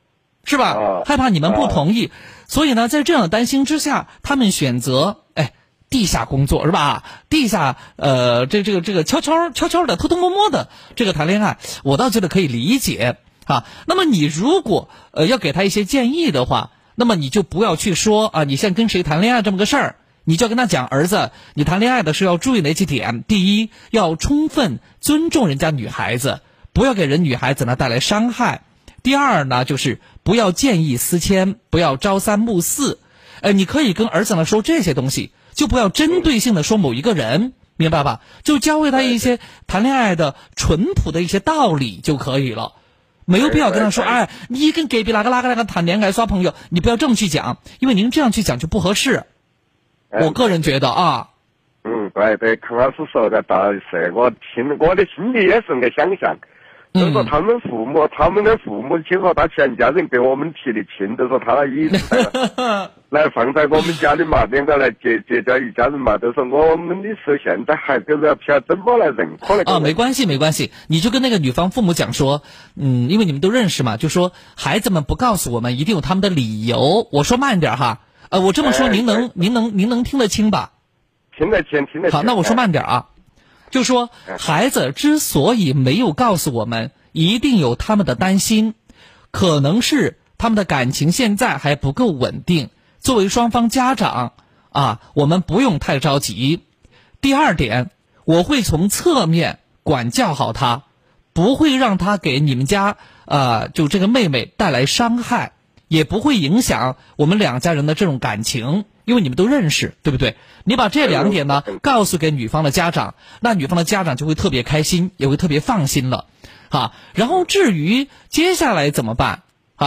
是吧？害怕你们不同意，所以呢，在这样的担心之下，他们选择地下工作，是吧？地下这个悄悄的、偷偷摸摸的这个谈恋爱，我倒觉得可以理解啊。那么你如果要给他一些建议的话，那么你就不要去说啊，你现在跟谁谈恋爱这么个事儿，你就要跟他讲，儿子，你谈恋爱的时候要注意哪几点？第一，要充分尊重人家女孩子，不要给人女孩子呢带来伤害。第二呢，就是不要见异思迁，不要朝三暮四。你可以跟儿子呢说这些东西，就不要针对性的说某一个人，明白吧？就教会他一些谈恋爱的淳朴的一些道理就可以了，没有必要跟他说，你跟隔壁那个谈恋爱耍朋友，你不要这么去讲，因为您这样去讲就不合适。我个人觉得啊。 对，康老师说的倒是，我的心里也是那个想象。就是说他们的父母亲和他全家人给我们提的亲，就是说他的意思来放在我们家里嘛，两个来结交一家人嘛，就是我们的是现在还就是要晓怎么来认可那个。 没关系，你就跟那个女方父母讲说，因为你们都认识嘛，就说孩子们不告诉我们，一定有他们的理由。我说慢点哈，我这么说您能听得清吧？ 听得清。 好，那我说慢点啊。就说孩子之所以没有告诉我们，一定有他们的担心，可能是他们的感情现在还不够稳定。作为双方家长我们不用太着急。第二点，我会从侧面管教好他，不会让他给你们家就这个妹妹带来伤害，也不会影响我们两家人的这种感情。因为你们都认识，对不对？你把这两点呢告诉给女方的家长，那女方的家长就会特别开心，也会特别放心了然后至于接下来怎么办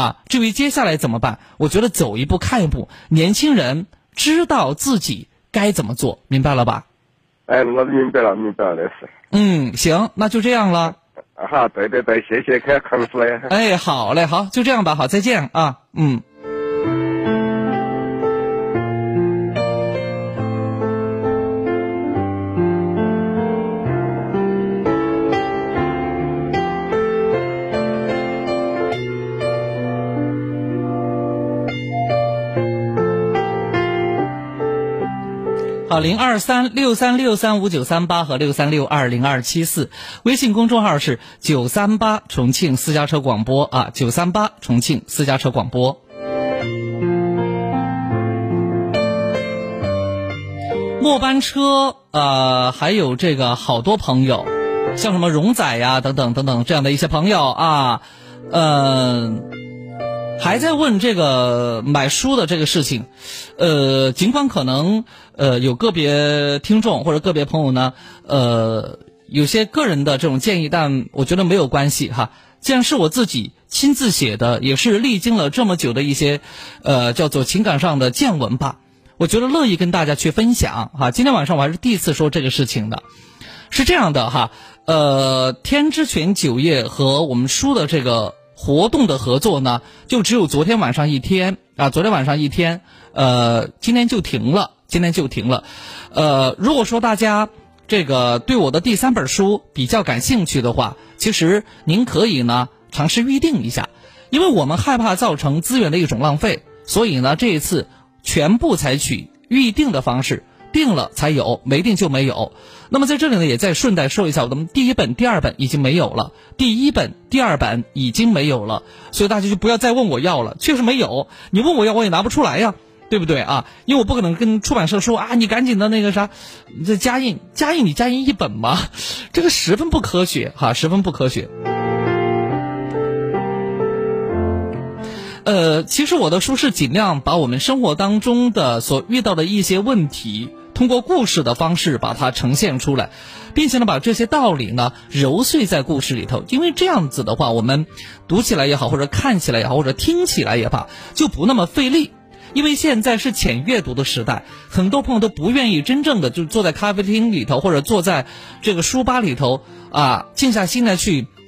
我觉得走一步看一步，年轻人知道自己该怎么做，明白了吧？ 我明白了的是。 行，那就这样了。 对，谢谢康师。 好嘞，好，就这样吧，好，再见啊。好，0236363593和63620274，微信公众号是938重庆私家车广播938重庆私家车广播。末班车还有这个好多朋友，像什么荣仔呀等等这样的一些朋友还在问这个买书的这个事情，尽管可能有个别听众或者个别朋友呢，有些个人的这种建议，但我觉得没有关系哈。既然是我自己亲自写的，也是历经了这么久的一些叫做情感上的见闻吧，我觉得乐意跟大家去分享哈。今天晚上我还是第一次说这个事情的，是这样的哈，天之泉酒业和我们书的这个活动的合作呢，就只有昨天晚上一天，今天就停了。如果说大家这个对我的第3本书比较感兴趣的话，其实您可以呢尝试预定一下，因为我们害怕造成资源的一种浪费，所以呢这一次全部采取预定的方式，定了才有，没定就没有。那么在这里呢，也再顺带说一下，我们第1本、第2本已经没有了，第1本、第2本已经没有了，所以大家就不要再问我要了，确实没有，你问我要我也拿不出来呀，对不对啊？因为我不可能跟出版社说你赶紧的那个啥，这加印你加印1本嘛，这个十分不科学哈，十分不科学。其实我的书是尽量把我们生活当中的所遇到的一些问题，通过故事的方式把它呈现出来，并且呢把这些道理呢揉碎在故事里头，因为这样子的话，我们读起来也好，或者看起来也好，或者听起来也罢，就不那么费力。因为现在是浅阅读的时代，很多朋友都不愿意真正的就坐在咖啡厅里头，或者坐在这个书吧里头静下心来去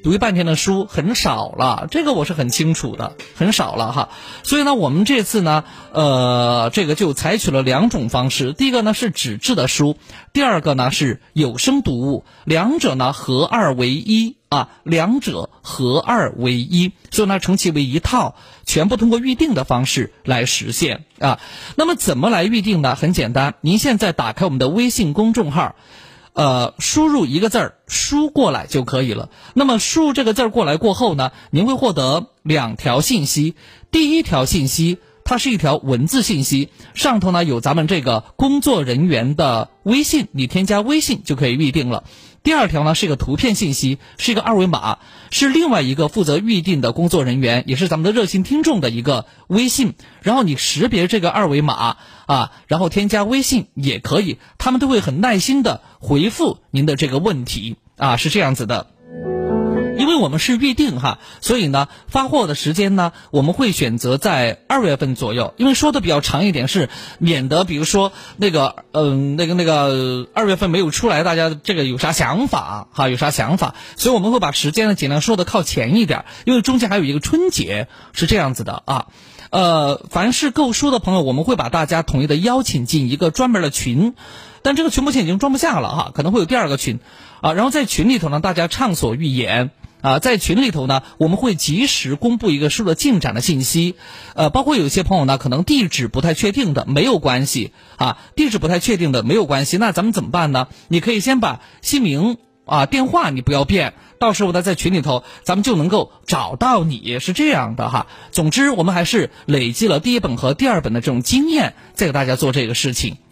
读半天的书很少了，这个我是很清楚的，很少了哈。所以呢，我们这次呢，这个就采取了2种方式。第一个呢是纸质的书，第二个呢是有声读物，两者呢合二为一啊，两者合二为一，所以呢称其为一套，全部通过预定的方式来实现啊。那么怎么来预定呢？很简单，您现在打开我们的微信公众号。输入一个字儿，书过来就可以了。那么输入这个字儿过来过后呢，您会获得2条信息。第一条信息，它是一条文字信息，上头呢有咱们这个工作人员的微信，你添加微信就可以预定了。第二条呢是一个图片信息，是一个2维码，是另外一个负责预定的工作人员，也是咱们的热心听众的一个微信，然后你识别这个2维码啊，然后添加微信也可以，他们都会很耐心的回复您的这个问题啊，是这样子的。因为我们是预定哈，所以呢发货的时间呢我们会选择在2月份左右，因为说的比较长一点，是免得比如说那个2月份没有出来，大家这个有啥想法哈，有啥想法，所以我们会把时间呢尽量说的靠前一点，因为中间还有一个春节，是这样子的啊。凡是购书的朋友，我们会把大家统一的邀请进一个专门的群，但这个群目前已经装不下了哈，可能会有第2个群啊。然后在群里头呢，大家畅所欲言啊，在群里头呢，我们会及时公布一个书的进展的信息，包括有些朋友呢，可能地址不太确定的，没有关系啊，地址不太确定的没有关系，那咱们怎么办呢？你可以先把姓名啊、电话你不要变，到时候呢在群里头咱们就能够找到你，是这样的哈。总之我们还是累积了第1本和第2本的这种经验，再给大家做这个事情。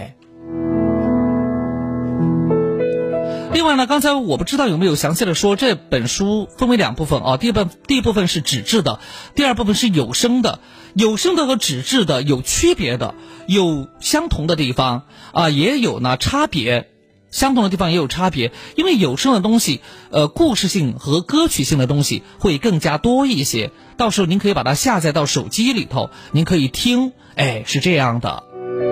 另外呢，刚才我不知道有没有详细的说，这本书分为2部分啊。第一部分是纸质的，第2部分是有声的。有声的和纸质的有区别的，有相同的地方啊，也有呢差别。相同的地方也有差别，因为有声的东西，故事性和歌曲性的东西会更加多一些。到时候您可以把它下载到手机里头，您可以听，是这样的。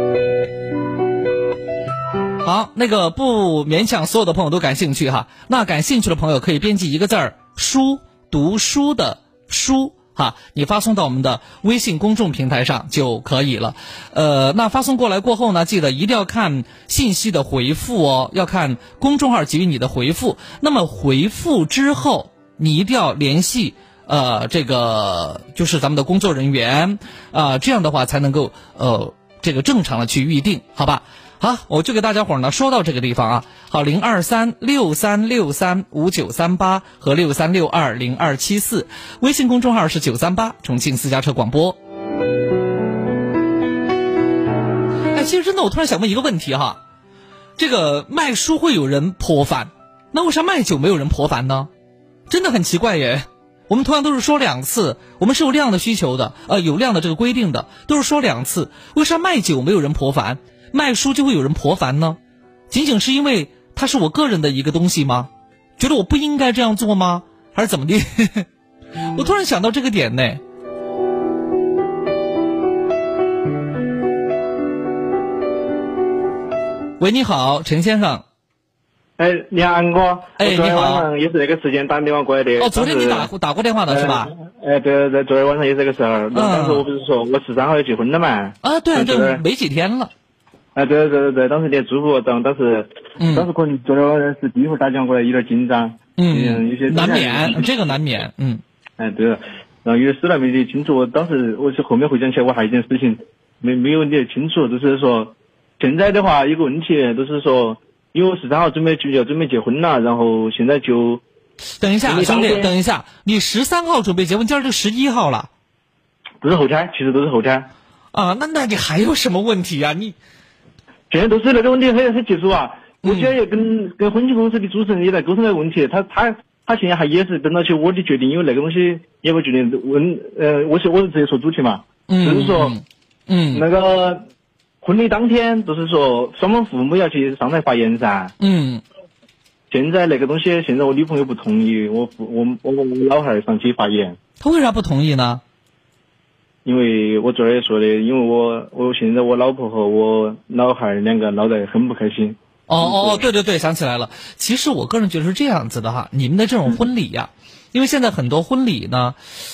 好，那个不勉强所有的朋友都感兴趣哈，那感兴趣的朋友可以编辑一个字儿“书”，读书的“书”。你发送到我们的微信公众平台上就可以了。那发送过来过后呢，记得一定要看信息的回复哦，要看公众号给予你的回复。那么回复之后，你一定要联系这个就是咱们的工作人员这样的话才能够这个正常的去预定，好吧？好，我就给大家伙呢说到这个地方啊。好，0363635938和63620274，微信公众号是938重庆私家车广播。其实真的，我突然想问一个问题哈，这个卖书会有人颇烦，那为啥卖酒没有人颇烦呢？真的很奇怪耶。我们同样都是说2次，我们是有量的需求的，有量的这个规定的，都是说2次，为啥卖酒没有人颇烦，卖书就会有人颇烦呢？仅仅是因为它是我个人的一个东西吗？觉得我不应该这样做吗？还是怎么的？我突然想到这个点呢。喂，你好，陈先生。 你好，安哥。 你好。 昨天晚上也是这个时间打电话过来的。 昨天你打过电话的是吧？ 对，昨天晚上也是这个时候。当时我不是说我13号要结婚了嘛？ 对，没几天了。 对，当时你祝福，当时可能昨天晚上是第一会打电话过来，有点紧张。有些难免，这个难免。 对了，然后有点事了没理清楚。我当时我是后面回想起来，我还有一件事情没有理清楚，就是说现在的话有个问题，就是说因为我13号要准备结婚了，然后现在就等一下，兄弟，等一下，你13号准备结婚，今儿就11号了， 都是后天，其实都是后天啊。那你还有什么问题啊？你现在都是那个问题很棘手啊。我现在也跟婚庆公司的主持人也在沟通那个问题，他现在还也是等到起我的决定，因为那个东西也不决定我是直接说主题嘛，就是说那个婚礼当天就是说双方父母要去上台发言噻。现在那个东西，现在我女朋友不同意我老汉儿上去发言。 他为啥不同意呢？ 因为我昨儿也说的，因为我现在我老婆和我老汉儿2个闹得很不开心。 对对对，想起来了。其实我个人觉得是这样子的哈，你们的这种婚礼呀，因为现在很多婚礼呢，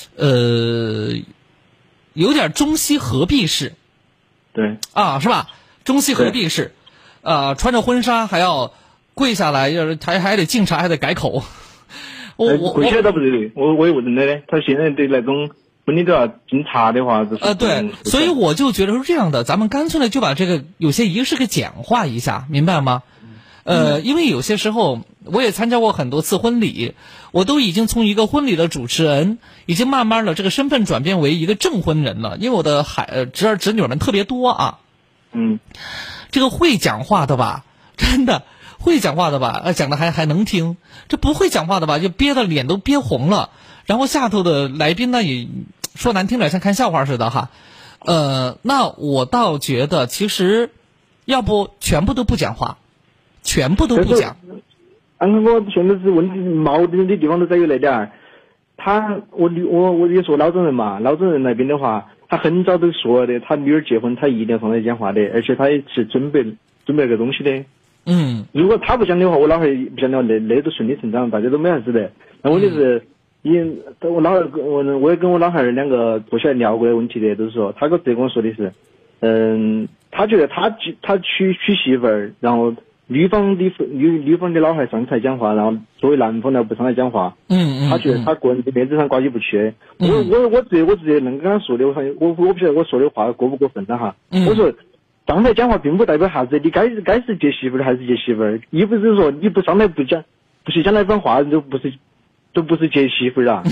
有点中西合璧式。 对。 啊，是吧？中西合璧式，穿着婚纱还要跪下来，还得敬茶，还得改口。 跪下倒不对，我也问的呢。他现在对那种婚礼都要敬茶的话， 对，所以我就觉得是这样的，咱们干脆呢就把这个有些仪式给简化一下，明白吗？因为有些时候我也参加过很多次婚礼，我都已经从一个婚礼的主持人，已经慢慢的这个身份转变为一个证婚人了，因为我的侄儿侄女们特别多啊。这个会讲话的吧，真的会讲话的吧，讲的还能听，这不会讲话的吧，就憋得脸都憋红了，然后下头的来宾呢也说难听点像看笑话似的哈。那我倒觉得其实要不全部都不讲话，全部都不讲。 我现在是问题矛盾的地方都在于那点儿，我也说老中人嘛，老中人那边的话，他很早都说了的，他女儿结婚他一定要上来讲话的，而且他也是准备个东西的。如果他不讲的话，我老汉儿不讲的话，那都顺理成章，大家都没啥子的。那问题是，我也跟我老汉儿两个坐下来聊过的问题的，都是说他跟我说的是，他觉得他娶媳妇儿，然后女方的老汉上台讲话，然后作为男方呢不上来讲话。他觉得他个人的面子上挂起不去。我直接能跟他说的，我不晓得我说的话过不过分了哈。我说上台讲话并不代表啥子，你该是接媳妇儿还是接媳妇儿，亦不是说你不上来不去讲那番话都不是接媳妇儿啊。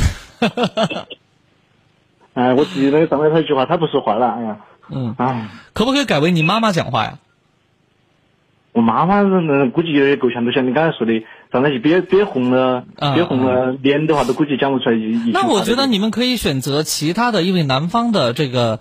我自己那个上来他一句话，他不说话了，哎呀。 可不可以改为你妈妈讲话呀？ 我妈妈估计有点够呛，就像你刚才说的，上来去憋红了脸的话，都估计讲不出来。 那我觉得你们可以选择其他的，因为南方的这个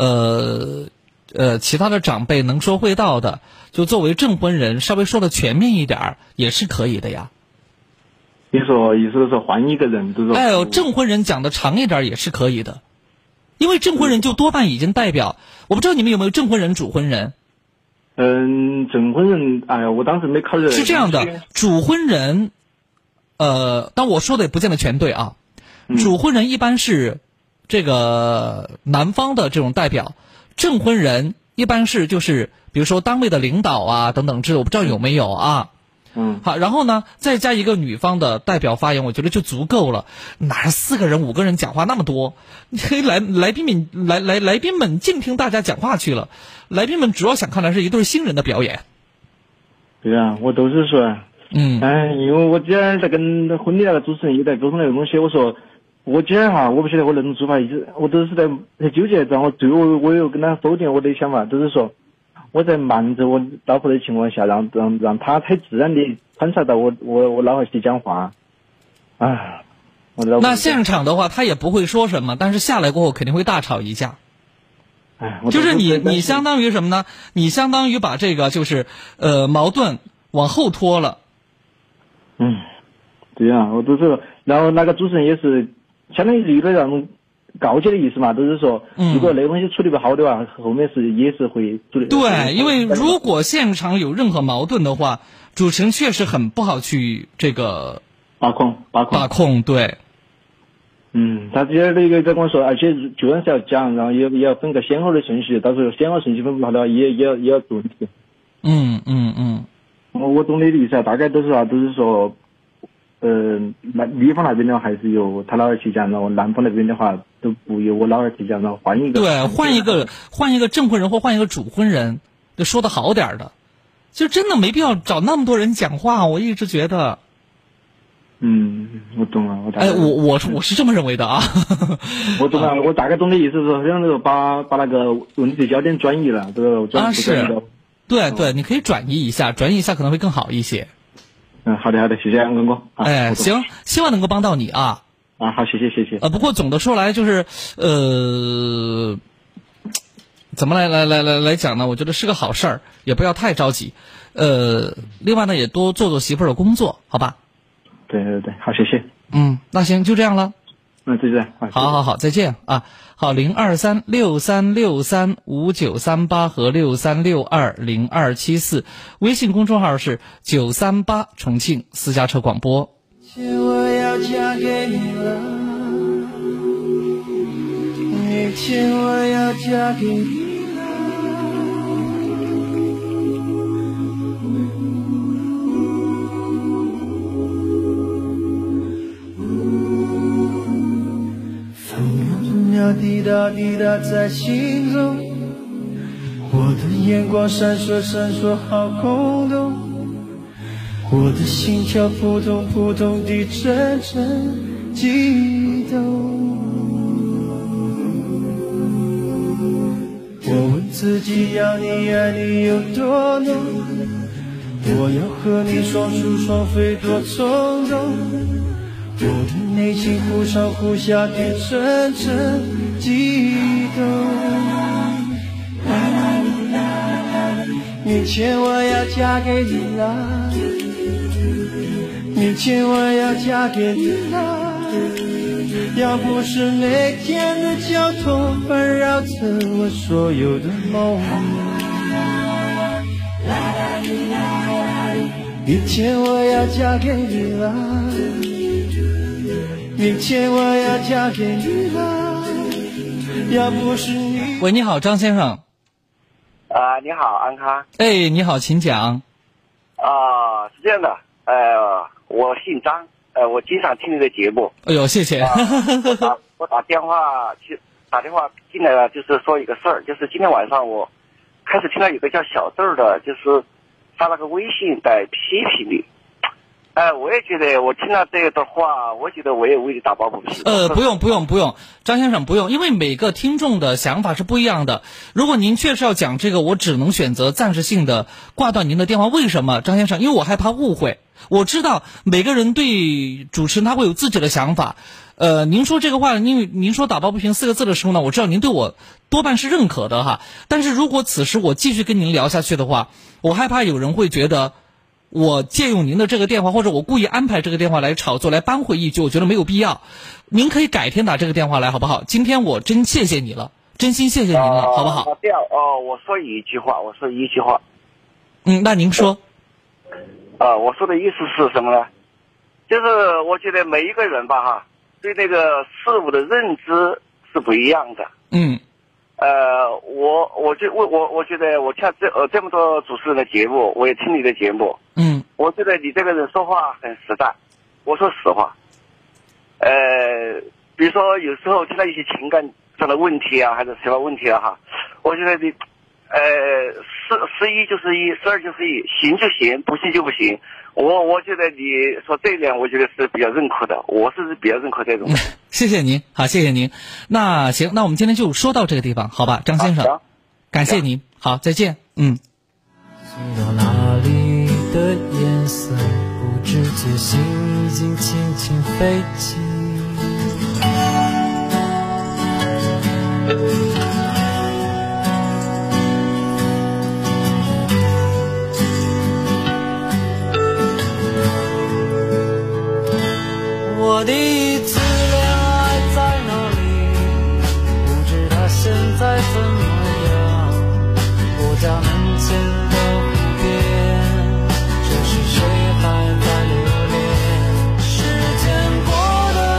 其他的长辈能说会道的，就作为证婚人稍微说的全面一点也是可以的呀。 你说意思是说换一个人，就是说证婚人讲的长一点也是可以的，因为证婚人就多半已经代表，我不知道你们有没有证婚人、主婚人。 证婚人，哎呀，我当时没考虑。 是这样的，主婚人，但我说的也不见得全对啊。主婚人一般是这个男方的这种代表，证婚人一般是就是比如说单位的领导啊等等之类，我不知道有没有啊。好，然后呢，再加一个女方的代表发言，我觉得就足够了。哪4个人、5个人讲话那么多？来宾们静听大家讲话去了。来宾们主要想看的是一对新人的表演。 对啊，我都是说，因为我今儿在跟婚礼那个主持人也在沟通那个东西，我说我今儿哈，我不晓得我能做法，我都是在纠结，然后最后我又跟他否定我的想法，都是说。我在瞒着我老婆的情况下，让她太自然的观察到我老汉去讲话， 那现场的话，他也不会说什么，但是下来过后肯定会大吵一架。就是你相当于什么呢？你相当于把这个就是矛盾往后拖了。 对啊，我都是，然后那个主持人也是相当于有点那种。告诫的意思嘛，都是说，如果那个东西处理不好的话，后面也是会处理。 对，因为如果现场有任何矛盾的话，主持人确实很不好去这个把控。对。他今儿那个在跟我说，而且就算是要讲，然后也要分个先后的顺序，到时候先后顺序分不好的话，也要做问题。我懂你的意思啊，大概都是啥，都是说。女方那边的话还是由他老二去讲，然后男方那边的话都不由我老二去讲，然后换一个。 对，换一个证婚人或换一个主婚人，就说的好点的，就真的没必要找那么多人讲话。我一直觉得， 我懂了， 我是这么认为的啊。 我懂了，我大概懂的意思是说，让那个把那个问题的焦点转移了，对吧？ 是，对，你可以转移一下可能会更好一些。 好的，谢谢安哥哥。 行，希望能够帮到你啊。 好，谢谢。 不过总的说来就是，怎么来讲呢？我觉得是个好事儿，也不要太着急。另外呢，也多做媳妇儿的工作，好吧？ 对，好，谢谢。 那行，就这样了。 再见。 好，再见啊！好，02363635938和63620274，微信公众号是938重庆私家车广播。 我要嫁给你了，以前我要嫁给你。滴答滴答在心中，我的眼光闪烁闪烁好空洞，我的心跳扑通扑通地阵阵悸动。我问自己要你爱你有多浓，我要和你双宿双飞多冲动，我的内心忽上忽下地阵阵悸动。明天我要嫁给你了，明天我要嫁给你了，要不是每天的交通环绕着我所有的梦。明天我要嫁给你了，明天我要嫁给你了，要不是你。 喂，你好，张先生。 你好，安康。 哎，你好，请讲。 是这样的，我姓张，我经常听你的节目。 哎呦，谢谢。 我打电话进来了，就是说一个事儿，就是今天晚上我开始听到有个叫小豆的，就是发了个微信在批评你。我也觉得我听到这个的话，我觉得我也为你打抱不平。 不用，张先生不用，因为每个听众的想法是不一样的。如果您确实要讲这个，我只能选择暂时性的挂断您的电话。为什么，张先生？因为我害怕误会。我知道每个人对主持人他会有自己的想法。您说这个话，因为您说打抱不平4个字的时候呢，我知道您对我多半是认可的哈。但是如果此时我继续跟您聊下去的话，我害怕有人会觉得我借用您的这个电话，或者我故意安排这个电话来炒作，来扳回一局，我觉得没有必要。您可以改天打这个电话来，好不好？今天我真谢谢你了，真心谢谢您了，好不好？ 我说一句话。 那您说。 我说的意思是什么呢？就是我觉得每一个人吧，哈，对那个事物的认知是不一样的。我觉得我听这么多主持人的节目，我也听你的节目。我觉得你这个人说话很实在。我说实话。比如说有时候听到一些情感上的问题啊，还是什么问题啊，哈，我觉得你是一就是一，是二就是一，行就行，不行就不行。我觉得你说这一点，我觉得是比较认可的，我是比较认可这种。 谢谢您，好，谢谢您。那行，那我们今天就说到这个地方，好吧，张先生，感谢您，好，再见。 走到哪里的颜色，不知觉心已经轻轻飞起。我第一次恋爱在哪里？不知它现在怎么样？我家门前的湖边，这是谁还在留恋？时间过得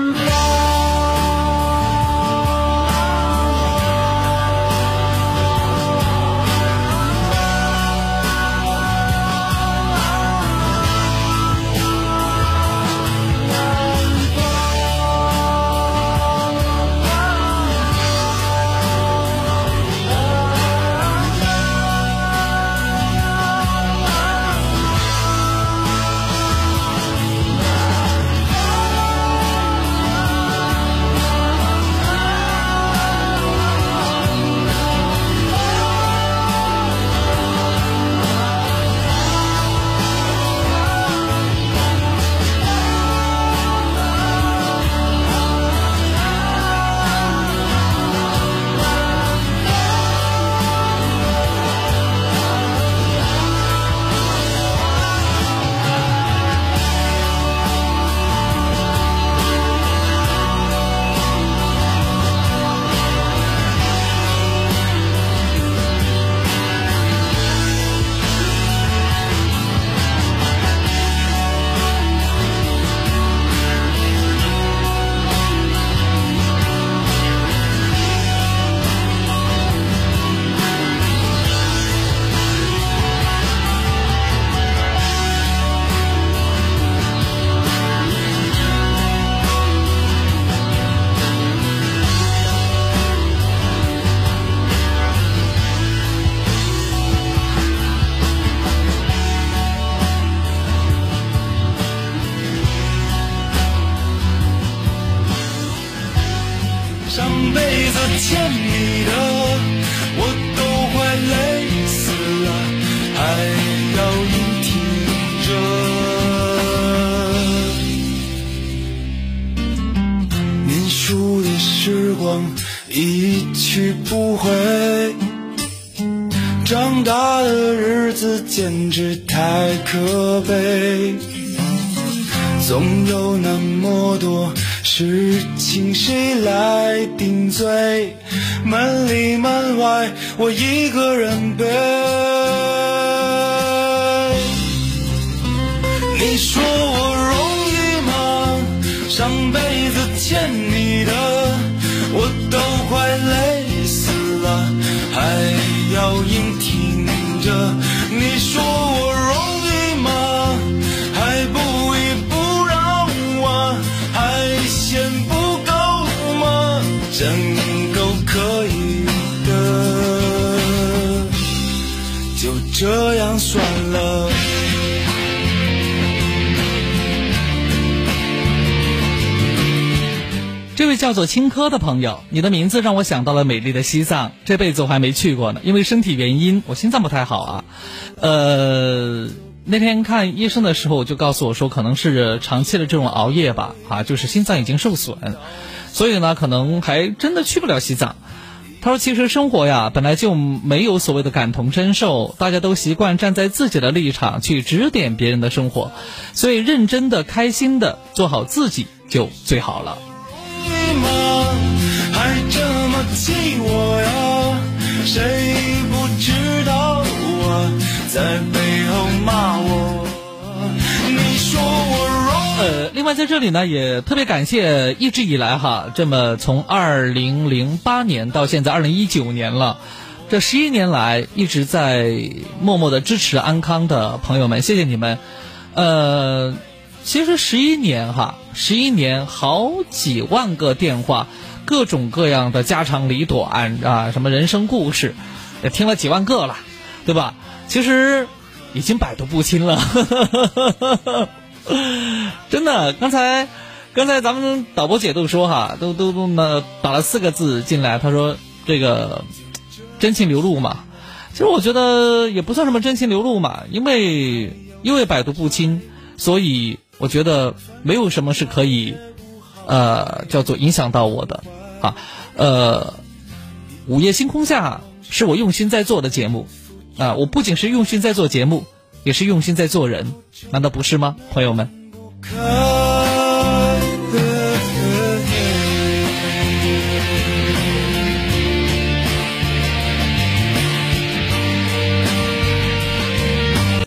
上辈子欠你的，我都快累死了，还要硬挺着。念书的时光一去不回，长大的日子简直太可悲，总有那么多事情谁来顶罪？门里门外我一个人背。你说我容易吗？上辈子欠你的，我都快累死了，还要硬挺着。你说我容易吗？还不依不让我，还嫌不够吗？真够可以的，就这样算了。 这位叫做青稞的朋友，你的名字让我想到了美丽的西藏，这辈子我还没去过呢，因为身体原因，我心脏不太好啊。那天看医生的时候，我就告诉我说，可能是长期的这种熬夜吧，就是心脏已经受损，所以呢，可能还真的去不了西藏。他说，其实生活呀，本来就没有所谓的感同身受，大家都习惯站在自己的立场去指点别人的生活，所以认真的、开心的做好自己就最好了。 还这么气我呀？谁不知道啊？在背后骂我，你说我另外在这里呢，也特别感谢一直以来这么从2008年到现在2019年了，这11年来一直在默默的支持安康的朋友们，谢谢你们。其实11年好几万个电话，各种各样的家长里短啊，什么人生故事，也听了几万个了，对吧？其实已经百毒不侵了。真的，刚才咱们导播姐都说都打了4个字进来，他说这个真情流露嘛。其实我觉得也不算什么真情流露嘛，因为百毒不侵，所以我觉得没有什么是可以叫做影响到我的午夜星空下是我用心在做的节目我不仅是用心在做节目，也是用心在做人，难道不是吗，朋友们？